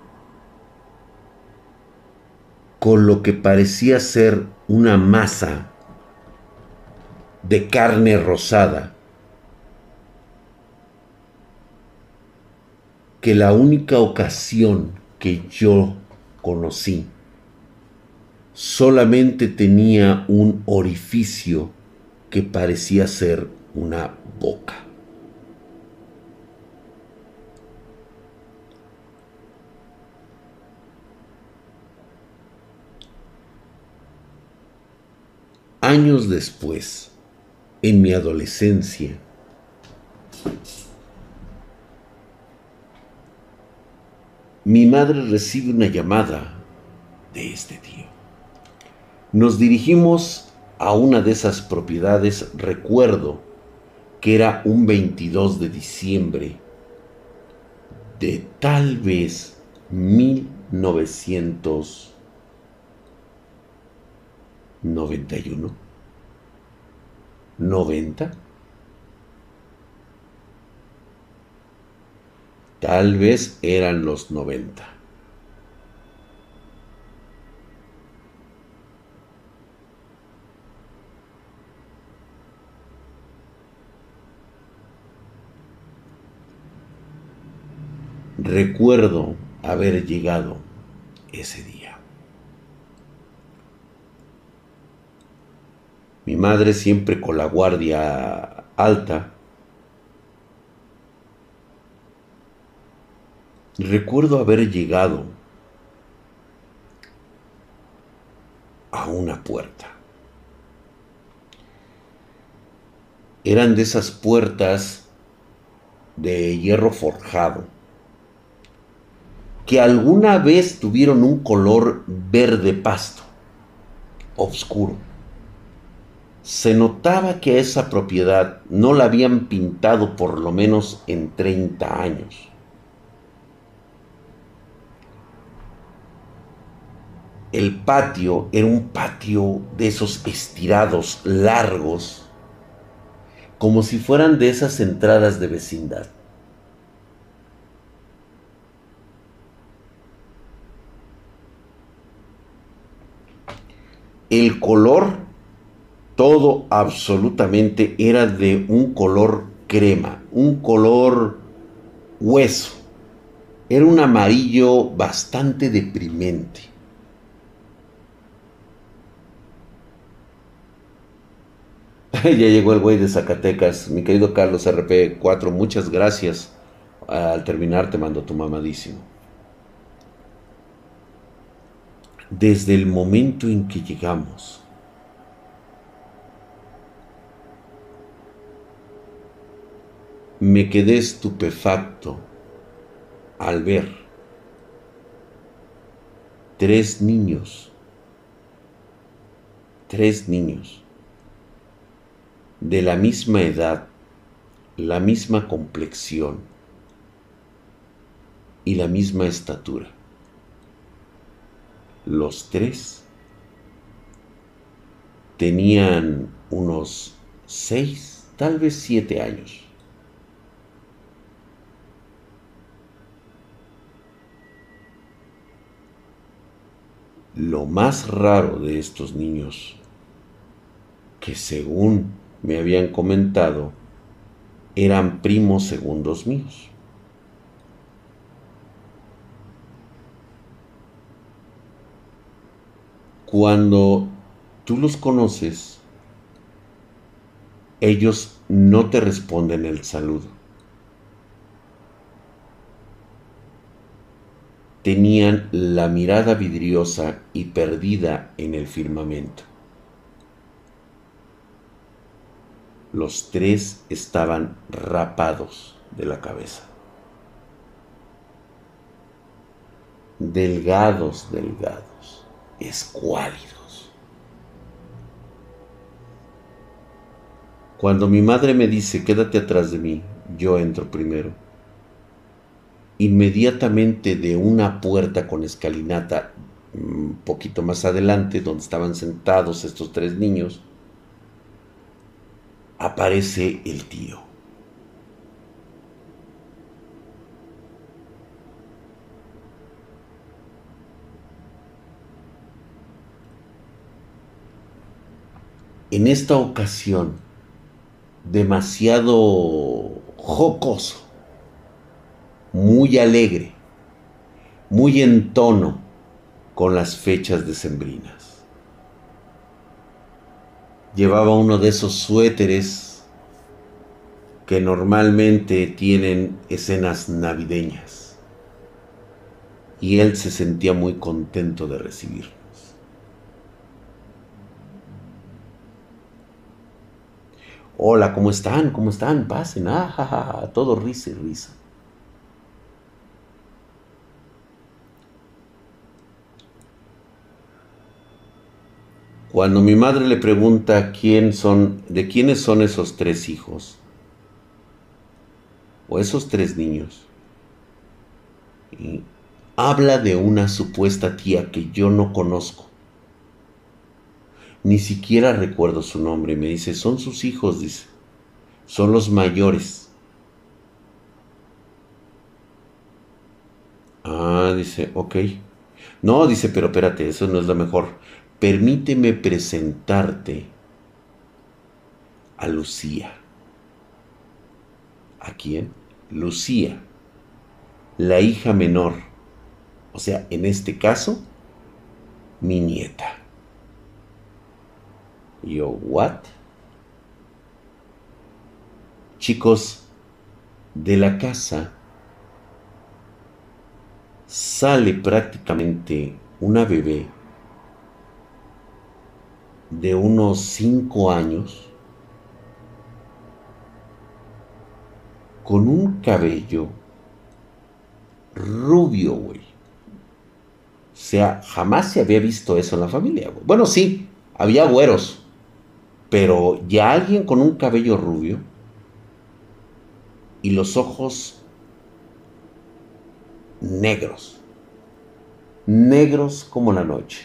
con lo que parecía ser una masa de carne rosada, que la única ocasión que yo conocí solamente tenía un orificio que parecía ser una boca. Años después, en mi adolescencia, mi madre recibe una llamada de este tío. Nos dirigimos a una de esas propiedades. Recuerdo que era un 22 de diciembre de tal vez 1991, 90. Tal vez eran los 90. Recuerdo haber llegado ese día. Mi madre, siempre con la guardia alta, recuerdo haber llegado a una puerta. Eran de esas puertas de hierro forjado que alguna vez tuvieron un color verde pasto, oscuro. Se notaba que a esa propiedad no la habían pintado por lo menos en 30 años. El patio era un patio de esos estirados, largos, como si fueran de esas entradas de vecindad. El color, todo absolutamente era de un color crema, un color hueso. Era un amarillo bastante deprimente. Ya llegó el güey de Zacatecas. Mi querido Carlos RP4, muchas gracias. Al terminar te mando tu mamadísimo. Desde el momento en que llegamos, me quedé estupefacto al ver tres niños de la misma edad, la misma complexión y la misma estatura. Los tres tenían unos 6, tal vez 7 años. Lo más raro de estos niños, que según me habían comentado, eran primos segundos míos. Cuando tú los conoces, ellos no te responden el saludo. Tenían la mirada vidriosa y perdida en el firmamento. Los tres estaban rapados de la cabeza. Delgados, escuálidos. Cuando mi madre me dice, quédate atrás de mí, yo entro primero. Inmediatamente de una puerta con escalinata, un poquito más adelante, donde estaban sentados estos tres niños, aparece el tío. En esta ocasión, demasiado jocoso, muy alegre, muy en tono con las fechas decembrinas. Llevaba uno de esos suéteres que normalmente tienen escenas navideñas, y él se sentía muy contento de recibirnos. Hola, ¿cómo están? ¿Cómo están? Pasen, todo risa y risa. Cuando mi madre le pregunta de quiénes son esos tres hijos, o esos tres niños, y habla de una supuesta tía que yo no conozco. Ni siquiera recuerdo su nombre. Me dice, son sus hijos, dice. Son los mayores. Ah, dice, ok. No, dice, pero espérate, eso no es lo mejor. Permíteme presentarte a Lucía. ¿A quién? Lucía, la hija menor. O sea, en este caso, mi nieta. Y yo, ¿what? Chicos, de la casa sale prácticamente una bebé de unos 5 años con un cabello rubio, güey. O sea, jamás se había visto eso en la familia, güey. Bueno, sí, había güeros, pero ya alguien con un cabello rubio y los ojos negros, negros como la noche.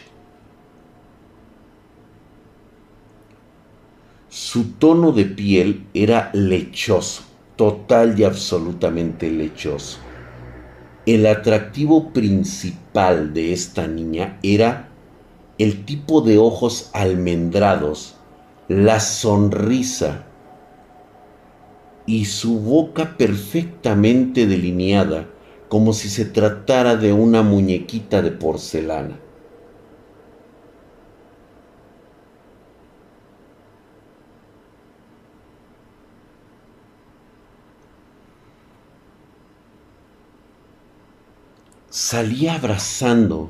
Su tono de piel era lechoso, total y absolutamente lechoso. El atractivo principal de esta niña era el tipo de ojos almendrados, la sonrisa y su boca perfectamente delineada, como si se tratara de una muñequita de porcelana. salía abrazando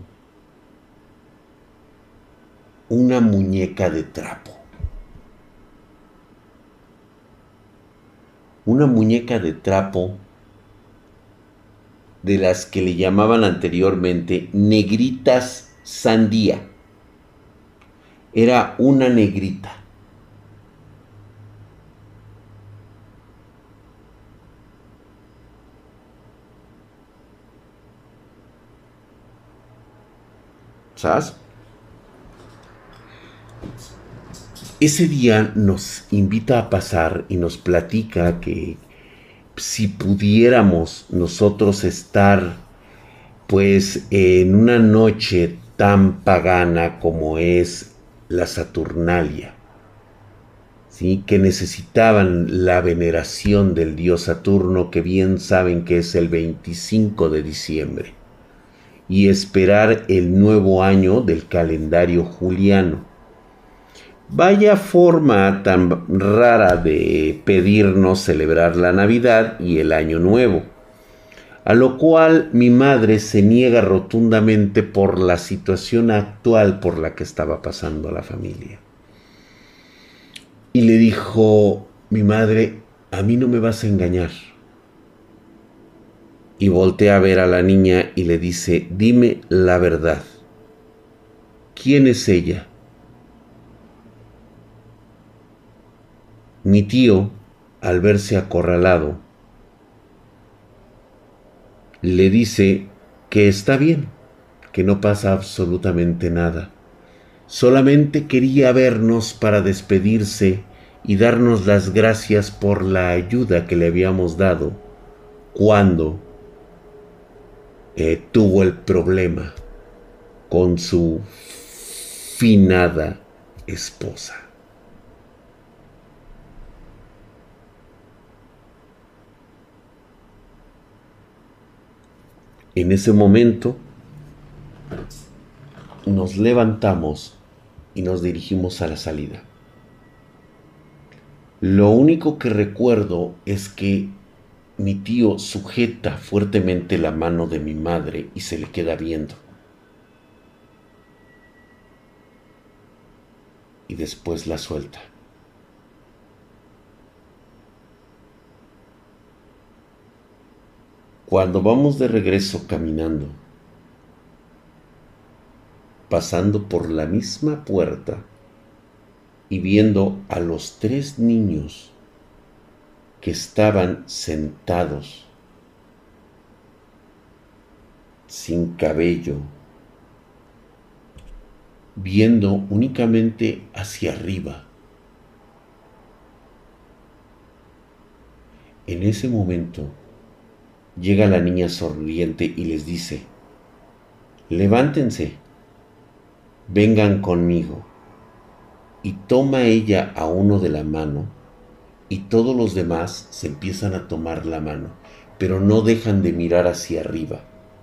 una muñeca de trapo. Una muñeca de trapo de las que le llamaban anteriormente negritas sandía. Era una negrita. ¿Sabes? Ese día nos invita a pasar y nos platica que si pudiéramos nosotros estar pues en una noche tan pagana como es la Saturnalia, ¿sí? Que necesitaban la veneración del dios Saturno, que bien saben que es el 25 de diciembre, y esperar el nuevo año del calendario juliano. Vaya forma tan rara de pedirnos celebrar la Navidad y el Año Nuevo. A lo cual mi madre se niega rotundamente por la situación actual por la que estaba pasando la familia. Y le dijo mi madre: a mí no me vas a engañar. Y voltea a ver a la niña y le dice: dime la verdad. ¿Quién es ella? Mi tío, al verse acorralado, le dice que está bien, que no pasa absolutamente nada. Solamente quería vernos para despedirse y darnos las gracias por la ayuda que le habíamos dado cuando tuvo el problema con su finada esposa. En ese momento nos levantamos y nos dirigimos a la salida. Lo único que recuerdo es que mi tío sujeta fuertemente la mano de mi madre y se le queda viendo. Y después la suelta. Cuando vamos de regreso caminando, pasando por la misma puerta y viendo a los 3 niños que estaban sentados, sin cabello, viendo únicamente hacia arriba. En ese momento llega la niña sonriente y les dice: levántense, vengan conmigo. Y toma ella a uno de la mano y todos los demás se empiezan a tomar la mano, pero no dejan de mirar hacia arriba.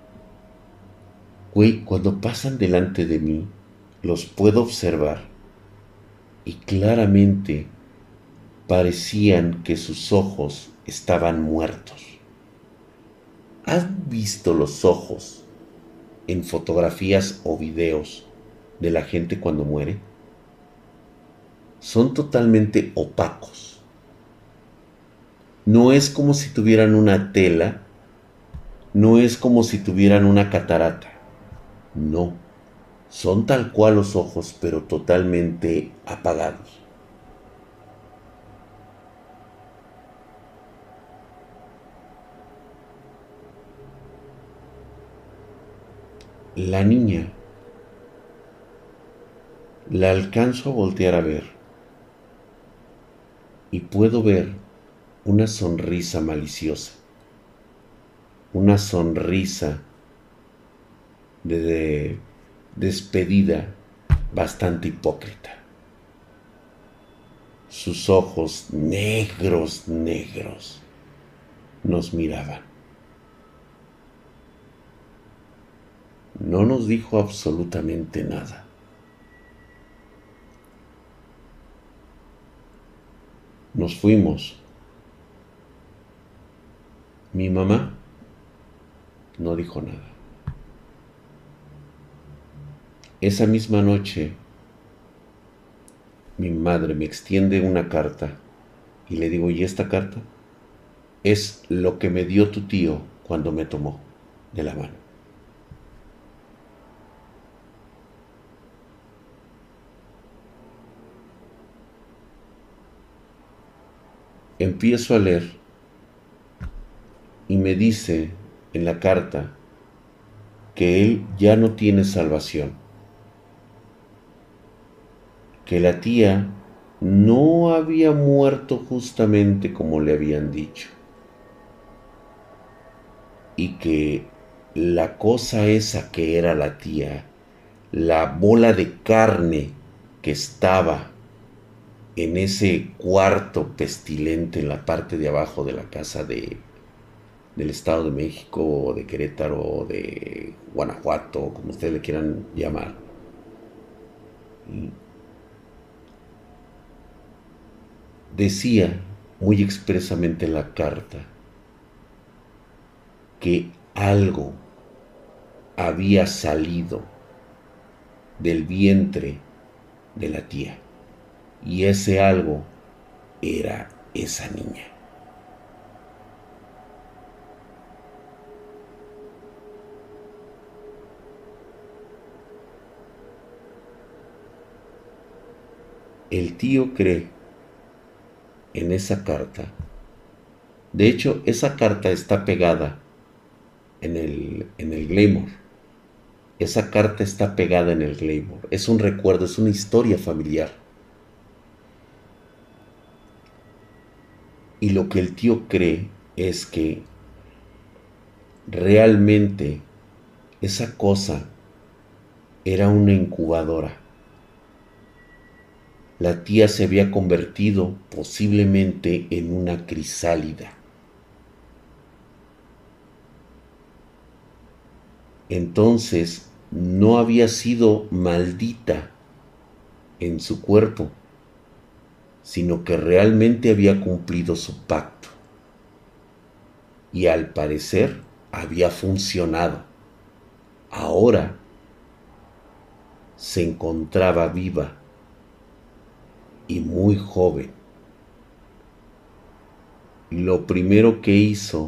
Güey, cuando pasan delante de mí, los puedo observar y claramente parecían que sus ojos estaban muertos. ¿Has visto los ojos en fotografías o videos de la gente cuando muere? Son totalmente opacos. No es como si tuvieran una tela, no es como si tuvieran una catarata. No, son tal cual los ojos, pero totalmente apagados. La niña la alcanzo a voltear a ver y puedo ver una sonrisa maliciosa, una sonrisa de despedida bastante hipócrita. Sus ojos negros, negros, nos miraban. No nos dijo absolutamente nada. Nos fuimos. Mi mamá no dijo nada. Esa misma noche, mi madre me extiende una carta y le digo, ¿y esta carta? Es lo que me dio tu tío cuando me tomó de la mano. Empiezo a leer y me dice en la carta que él ya no tiene salvación, que la tía no había muerto justamente como le habían dicho, y que la cosa esa que era la tía, la bola de carne que estaba en ese cuarto pestilente en la parte de abajo de la casa del Estado de México, o de Querétaro, o de Guanajuato, como ustedes le quieran llamar, decía muy expresamente en la carta que algo había salido del vientre de la tía, y ese algo era esa niña. El tío cree en esa carta. De hecho, esa carta está pegada en el Glamour. Esa carta está pegada en el Glamour. Es un recuerdo, es una historia familiar. Y lo que el tío cree es que realmente esa cosa era una incubadora. La tía se había convertido posiblemente en una crisálida. Entonces no había sido maldita en su cuerpo, sino que realmente había cumplido su pacto. Y al parecer había funcionado. Ahora se encontraba viva y muy joven. Lo primero que hizo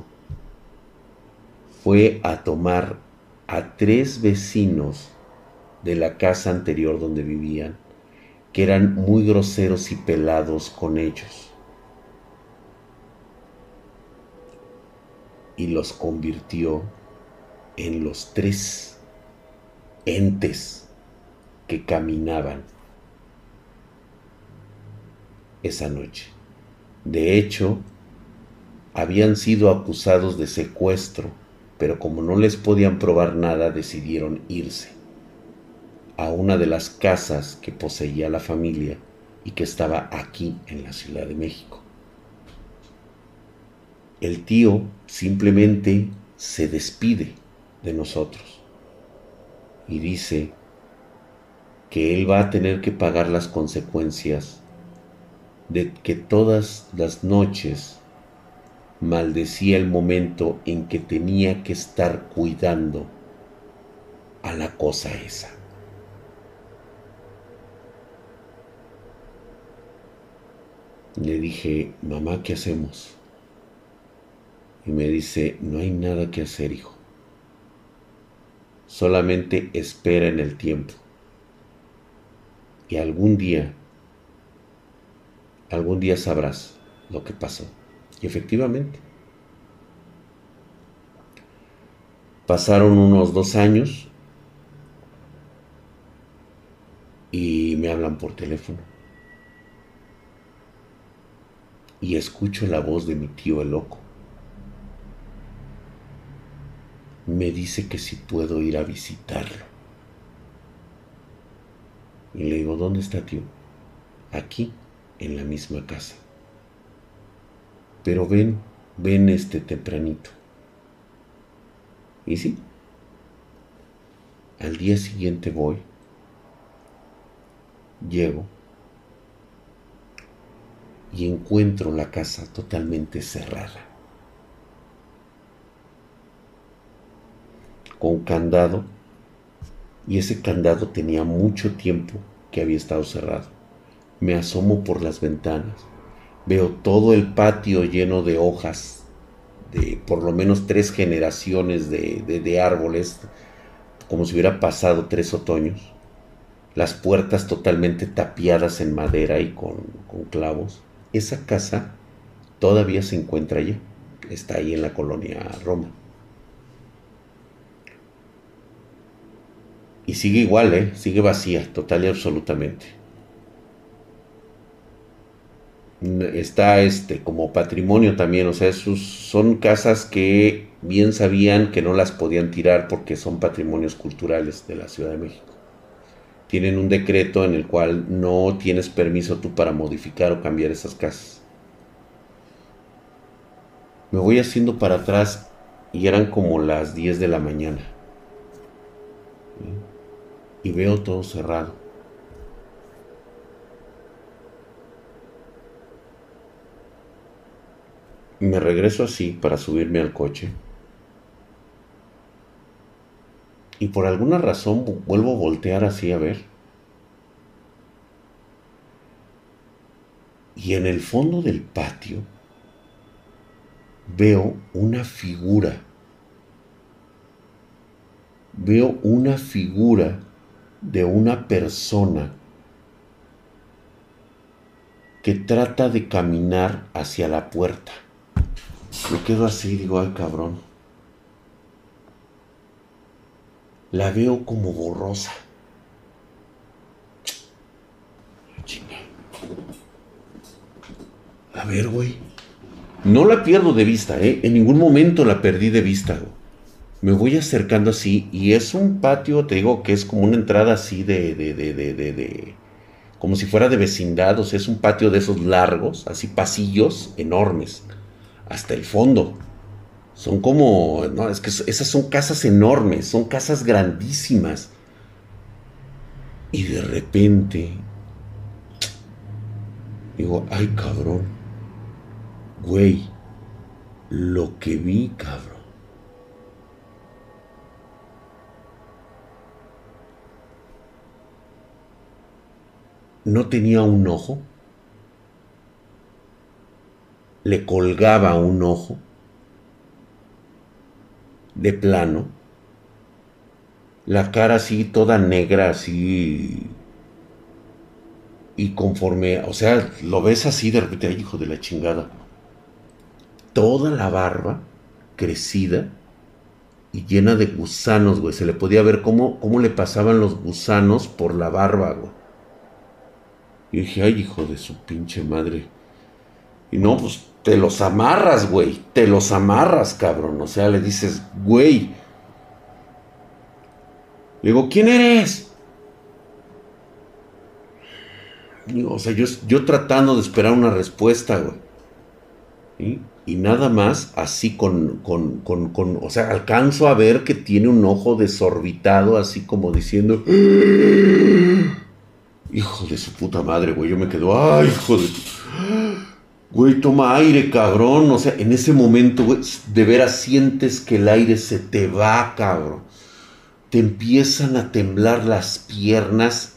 fue a tomar a 3 vecinos de la casa anterior donde vivían, que eran muy groseros y pelados con ellos, y los convirtió en los 3 entes que caminaban esa noche. De hecho, habían sido acusados de secuestro, pero como no les podían probar nada, decidieron irse a una de las casas que poseía la familia y que estaba aquí en la Ciudad de México. El tío simplemente se despide de nosotros y dice que él va a tener que pagar las consecuencias de que todas las noches maldecía el momento en que tenía que estar cuidando a la cosa esa. Le dije, mamá, ¿qué hacemos? Y me dice, no hay nada que hacer, hijo. Solamente espera en el tiempo. Y algún día sabrás lo que pasó. Y efectivamente, pasaron unos 2 años y me hablan por teléfono. Y escucho la voz de mi tío el loco. Me dice que si puedo ir a visitarlo. Y le digo, ¿dónde está, tío? Aquí, en la misma casa. Pero ven tempranito. Y sí, al día siguiente voy, llego y encuentro la casa totalmente cerrada, con candado Y ese candado tenía mucho tiempo que había estado cerrado. Me asomo por las ventanas. Veo todo el patio lleno de hojas, de por lo menos 3 generaciones de árboles, como si hubiera pasado 3 otoños. Las puertas totalmente tapiadas en madera y con clavos. Esa casa todavía se encuentra allí. Está ahí en la colonia Roma. Y sigue igual, sigue vacía, total y absolutamente. Está como patrimonio también, o sea, son casas que bien sabían que no las podían tirar porque son patrimonios culturales de la Ciudad de México. Tienen un decreto en el cual no tienes permiso tú para modificar o cambiar esas casas. Me voy haciendo para atrás y eran como las 10 de la mañana. Y veo todo cerrado. Me regreso así para subirme al coche. Y por alguna razón vuelvo a voltear así a ver. Y en el fondo del patio veo una figura. Veo una figura de una persona que trata de caminar hacia la puerta. Me quedo así, digo, ay cabrón. La veo como borrosa. Chinga. A ver, güey. No la pierdo de vista, En ningún momento la perdí de vista, güey. Me voy acercando así y es un patio, te digo, que es como una entrada así como si fuera de vecindad, o sea, es un patio de esos largos, así pasillos enormes, hasta el fondo. Son como, no, es que esas son casas enormes, son casas grandísimas. Y de repente, digo, ay cabrón, güey, lo que vi, cabrón. No tenía un ojo, le colgaba un ojo de plano, la cara así toda negra, así, y conforme, o sea, lo ves así de repente, ay hijo de la chingada, toda la barba crecida y llena de gusanos, güey, se le podía ver cómo le pasaban los gusanos por la barba, güey. Y dije, ay hijo de su pinche madre. Y no, pues te los amarras, güey. Te los amarras, cabrón. O sea, le dices, güey. Le digo, ¿quién eres? Y, o sea, yo tratando de esperar una respuesta, güey. ¿Sí? Y nada más así o sea, alcanzo a ver que tiene un ojo desorbitado, así como diciendo, hijo de su puta madre, güey. Yo me quedo, ay, hijo de... Güey, toma aire, cabrón. O sea, en ese momento, güey, de veras sientes que el aire se te va, cabrón. Te empiezan a temblar las piernas.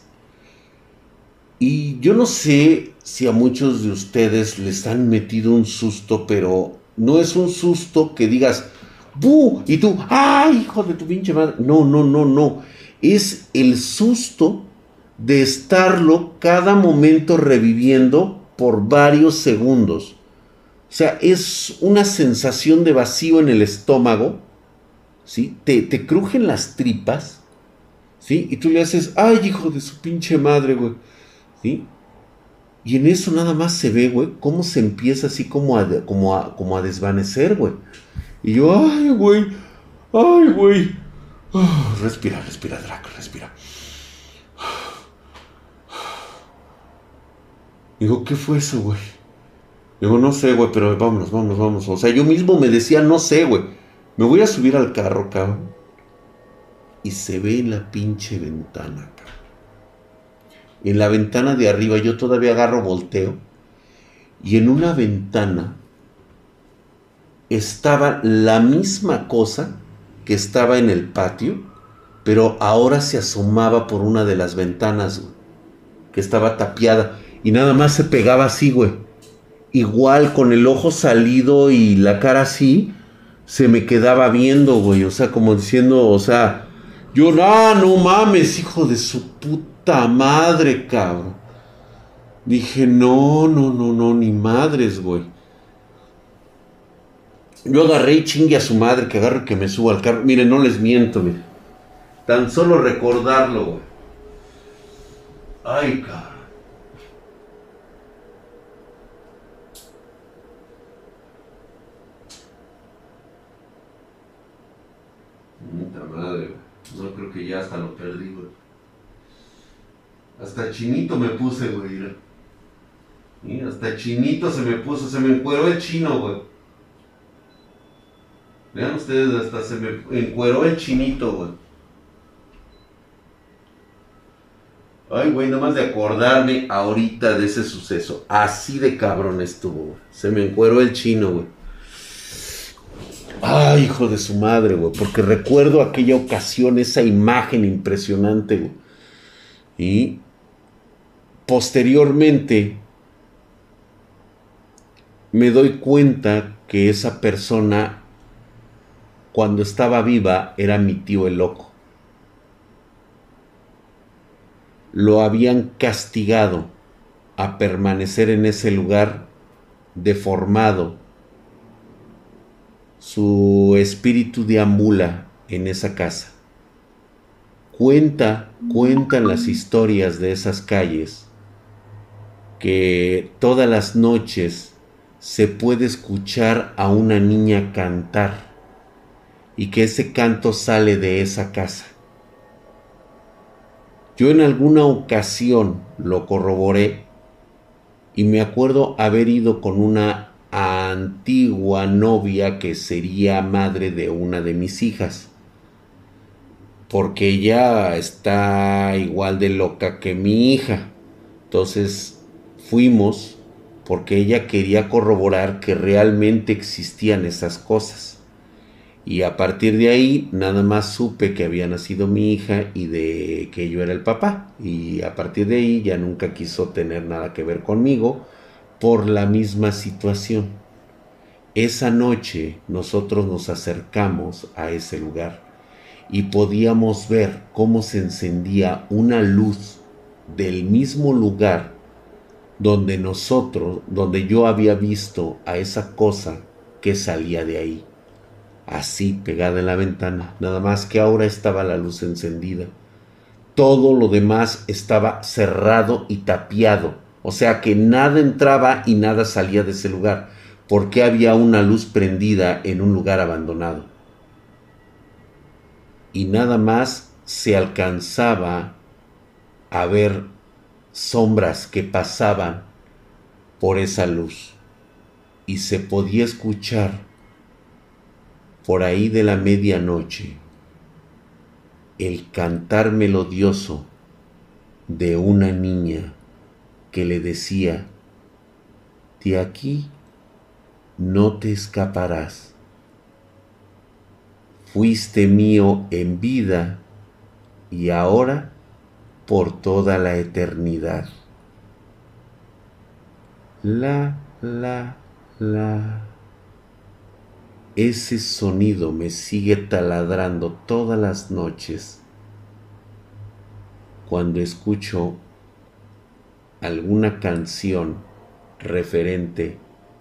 Y yo no sé si a muchos de ustedes les han metido un susto, pero no es un susto que digas, ¡bu! Y tú, ¡ay, hijo de tu pinche madre! No, no, no, no. Es el susto de estarlo cada momento reviviendo por varios segundos. O sea, es una sensación de vacío en el estómago, ¿sí? Te crujen las tripas, ¿sí? Y tú le haces, ¡ay, hijo de su pinche madre, güey! ¿Sí? Y en eso nada más se ve, güey, cómo se empieza así como a desvanecer, güey. Y yo, ¡ay, güey! ¡Ay, güey! Respira, respira, Draco, respira. Digo, ¿qué fue eso, güey? Digo, no sé, güey, pero vámonos, vámonos, vámonos. O sea, yo mismo me decía, no sé, güey. Me voy a subir al carro, cabrón. Y se ve en la pinche ventana, cabrón. En la ventana de arriba, yo todavía agarro volteo. Y en una ventana estaba la misma cosa que estaba en el patio, pero ahora se asomaba por una de las ventanas, güey, que estaba tapiada, y nada más se pegaba así, güey. Igual con el ojo salido y la cara así, se me quedaba viendo, güey. O sea, como diciendo, o sea, yo, no mames, hijo de su puta madre, cabrón. Dije, no, ni madres, güey. Yo agarré y chingue a su madre, que agarre que me suba al carro. Miren, no les miento, miren. Tan solo recordarlo, güey. Ay, cabrón. Puta madre, güey. No, creo que ya hasta lo perdí, güey. Hasta chinito me puse, güey. Mira, hasta chinito se me puso, se me encueró el chino, güey. Vean ustedes, hasta se me encueró el chinito, güey. Ay, güey, nada más de acordarme ahorita de ese suceso. Así de cabrón estuvo, güey. Se me encueró el chino, güey. Ay, hijo de su madre, güey. Porque recuerdo aquella ocasión, esa imagen impresionante, güey. Y posteriormente me doy cuenta que esa persona, cuando estaba viva, era mi tío el loco. Lo habían castigado a permanecer en ese lugar deformado. Su espíritu deambula en esa casa. Cuentan las historias de esas calles que todas las noches se puede escuchar a una niña cantar y que ese canto sale de esa casa. Yo en alguna ocasión lo corroboré y me acuerdo haber ido con una antigua novia que sería madre de una de mis hijas, porque ella está igual de loca que mi hija. Entonces fuimos porque ella quería corroborar que realmente existían esas cosas. Y a partir de ahí nada más supe que había nacido mi hija y de que yo era el papá. Y a partir de ahí ya nunca quiso tener nada que ver conmigo por la misma situación. Esa noche nosotros nos acercamos a ese lugar y podíamos ver cómo se encendía una luz del mismo lugar donde yo había visto a esa cosa que salía de ahí. Así pegada en la ventana, nada más que ahora estaba la luz encendida. Todo lo demás estaba cerrado y tapiado, o sea que nada entraba y nada salía de ese lugar, porque había una luz prendida en un lugar abandonado. Y nada más se alcanzaba a ver sombras que pasaban por esa luz, y se podía escuchar por ahí de la medianoche el cantar melodioso de una niña que le decía: de aquí no te escaparás, fuiste mío en vida y ahora por toda la eternidad. La. Ese sonido me sigue taladrando todas las noches cuando escucho alguna canción referente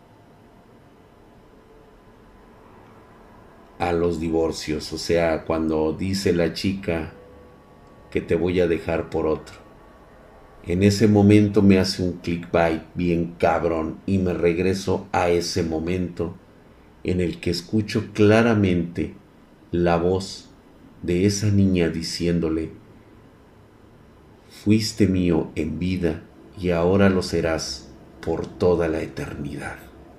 a los divorcios. O sea, cuando dice la chica que te voy a dejar por otro. En ese momento me hace un clickbait bien cabrón y me regreso a ese momento en el que escucho claramente la voz de esa niña diciéndole: fuiste mío en vida y ahora lo serás por toda la eternidad.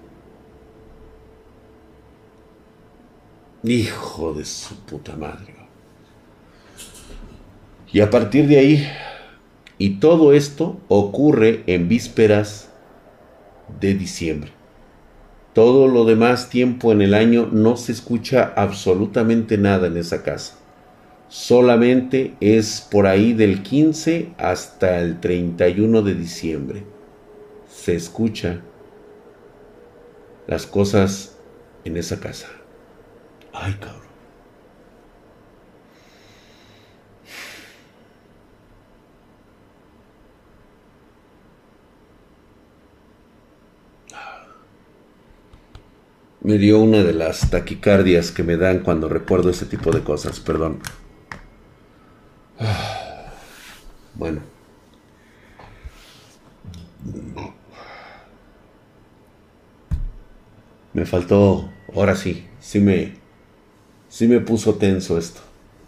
Hijo de su puta madre. Y a partir de ahí, y todo esto ocurre en vísperas de diciembre. Todo lo demás tiempo en el año no se escucha absolutamente nada en esa casa. Solamente es por ahí del 15 hasta el 31 de diciembre. Se escucha las cosas en esa casa. Ay, cabrón. Me dio una de las taquicardias que me dan cuando recuerdo ese tipo de cosas, perdón. Bueno. Me faltó, ahora sí me puso tenso esto.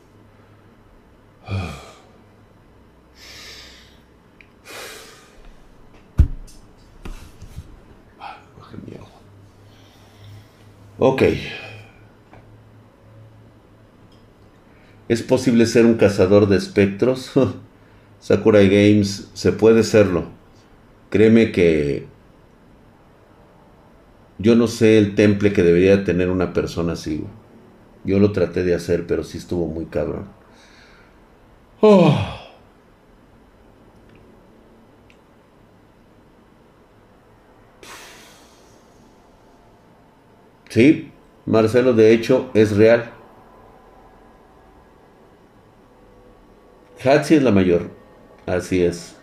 Ok. ¿Es posible ser un cazador de espectros? Sakurai Games, se puede serlo. Créeme que yo no sé el temple que debería tener una persona así, güey. Yo lo traté de hacer, pero sí estuvo muy cabrón. Oh. Sí, Marcelo, de hecho, es real. Hatsi es la mayor. Así es.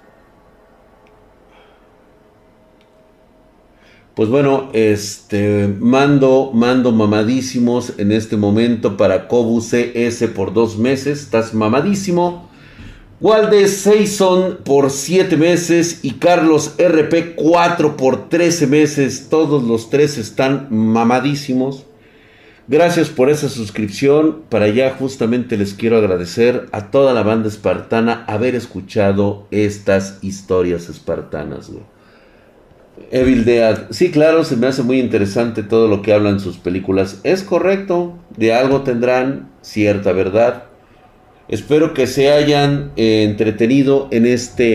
Pues bueno, mando mamadísimos en este momento para Kobu CS por 2 meses. Estás mamadísimo. Walde Seison por 7 meses y Carlos RP 4 por 13 meses. Todos los 3 están mamadísimos. Gracias por esa suscripción. Para allá justamente les quiero agradecer a toda la banda espartana haber escuchado estas historias espartanas, güey. Evil Dead. Sí, claro, se me hace muy interesante todo lo que hablan sus películas. Es correcto, de algo tendrán cierta verdad. Espero que se hayan entretenido en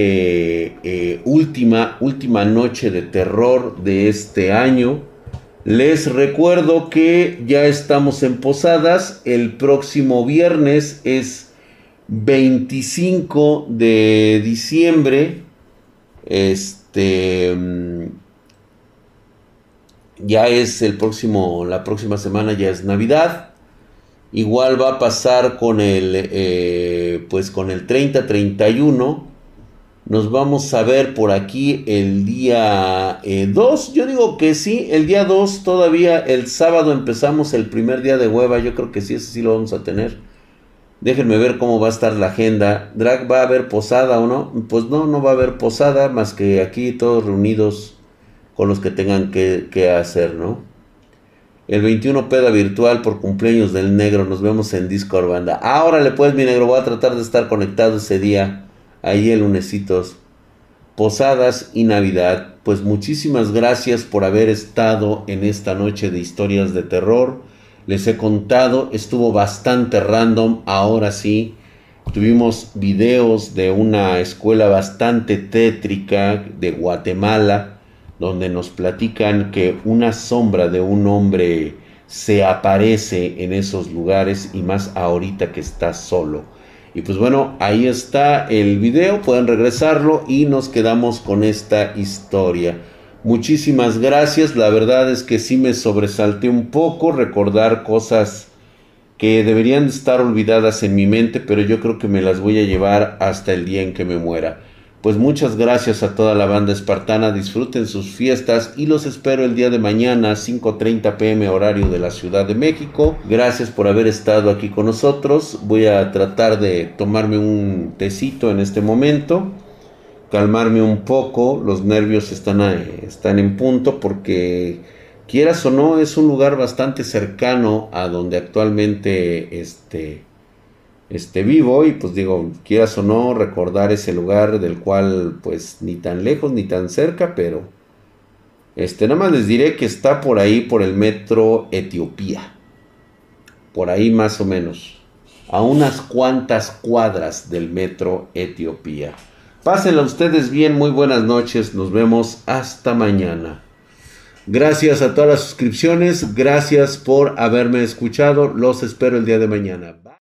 última noche de terror de este año. Les recuerdo que ya estamos en Posadas. El próximo viernes es 25 de diciembre. Ya es la próxima semana ya es Navidad. Igual va a pasar con con el 30-31. Nos vamos a ver por aquí el día 2. Yo digo que sí, el día 2 todavía. El sábado empezamos el primer día de hueva. Yo creo que sí, ese sí lo vamos a tener. Déjenme ver cómo va a estar la agenda. Drag, ¿va a haber posada o no? Pues no va a haber posada, más que aquí todos reunidos con los que tengan que hacer, ¿no? El 21 peda virtual por cumpleaños del negro. Nos vemos en Discord, banda. Órale pues, mi negro, voy a tratar de estar conectado ese día. Ahí el lunesitos. Posadas y Navidad. Pues muchísimas gracias por haber estado en esta noche de historias de terror. Les he contado, estuvo bastante random. Ahora sí, tuvimos videos de una escuela bastante tétrica de Guatemala, donde nos platican que una sombra de un hombre se aparece en esos lugares, y más ahorita que está solo. Y pues bueno, ahí está el video, pueden regresarlo y nos quedamos con esta historia. Muchísimas gracias, la verdad es que sí me sobresalté un poco recordar cosas que deberían estar olvidadas en mi mente, pero yo creo que me las voy a llevar hasta el día en que me muera. Pues muchas gracias a toda la banda espartana, disfruten sus fiestas y los espero el día de mañana, 5:30 p.m. horario de la Ciudad de México. Gracias por haber estado aquí con nosotros. Voy a tratar de tomarme un tecito en este momento, calmarme un poco, los nervios están en punto porque, quieras o no, es un lugar bastante cercano a donde actualmente vivo, y pues digo, quieras o no, recordar ese lugar del cual pues ni tan lejos ni tan cerca, pero nada más les diré que está por ahí por el metro Etiopía, por ahí más o menos, a unas cuantas cuadras del metro Etiopía. Pásenla ustedes bien, muy buenas noches, nos vemos hasta mañana. Gracias a todas las suscripciones, gracias por haberme escuchado, los espero el día de mañana. Bye.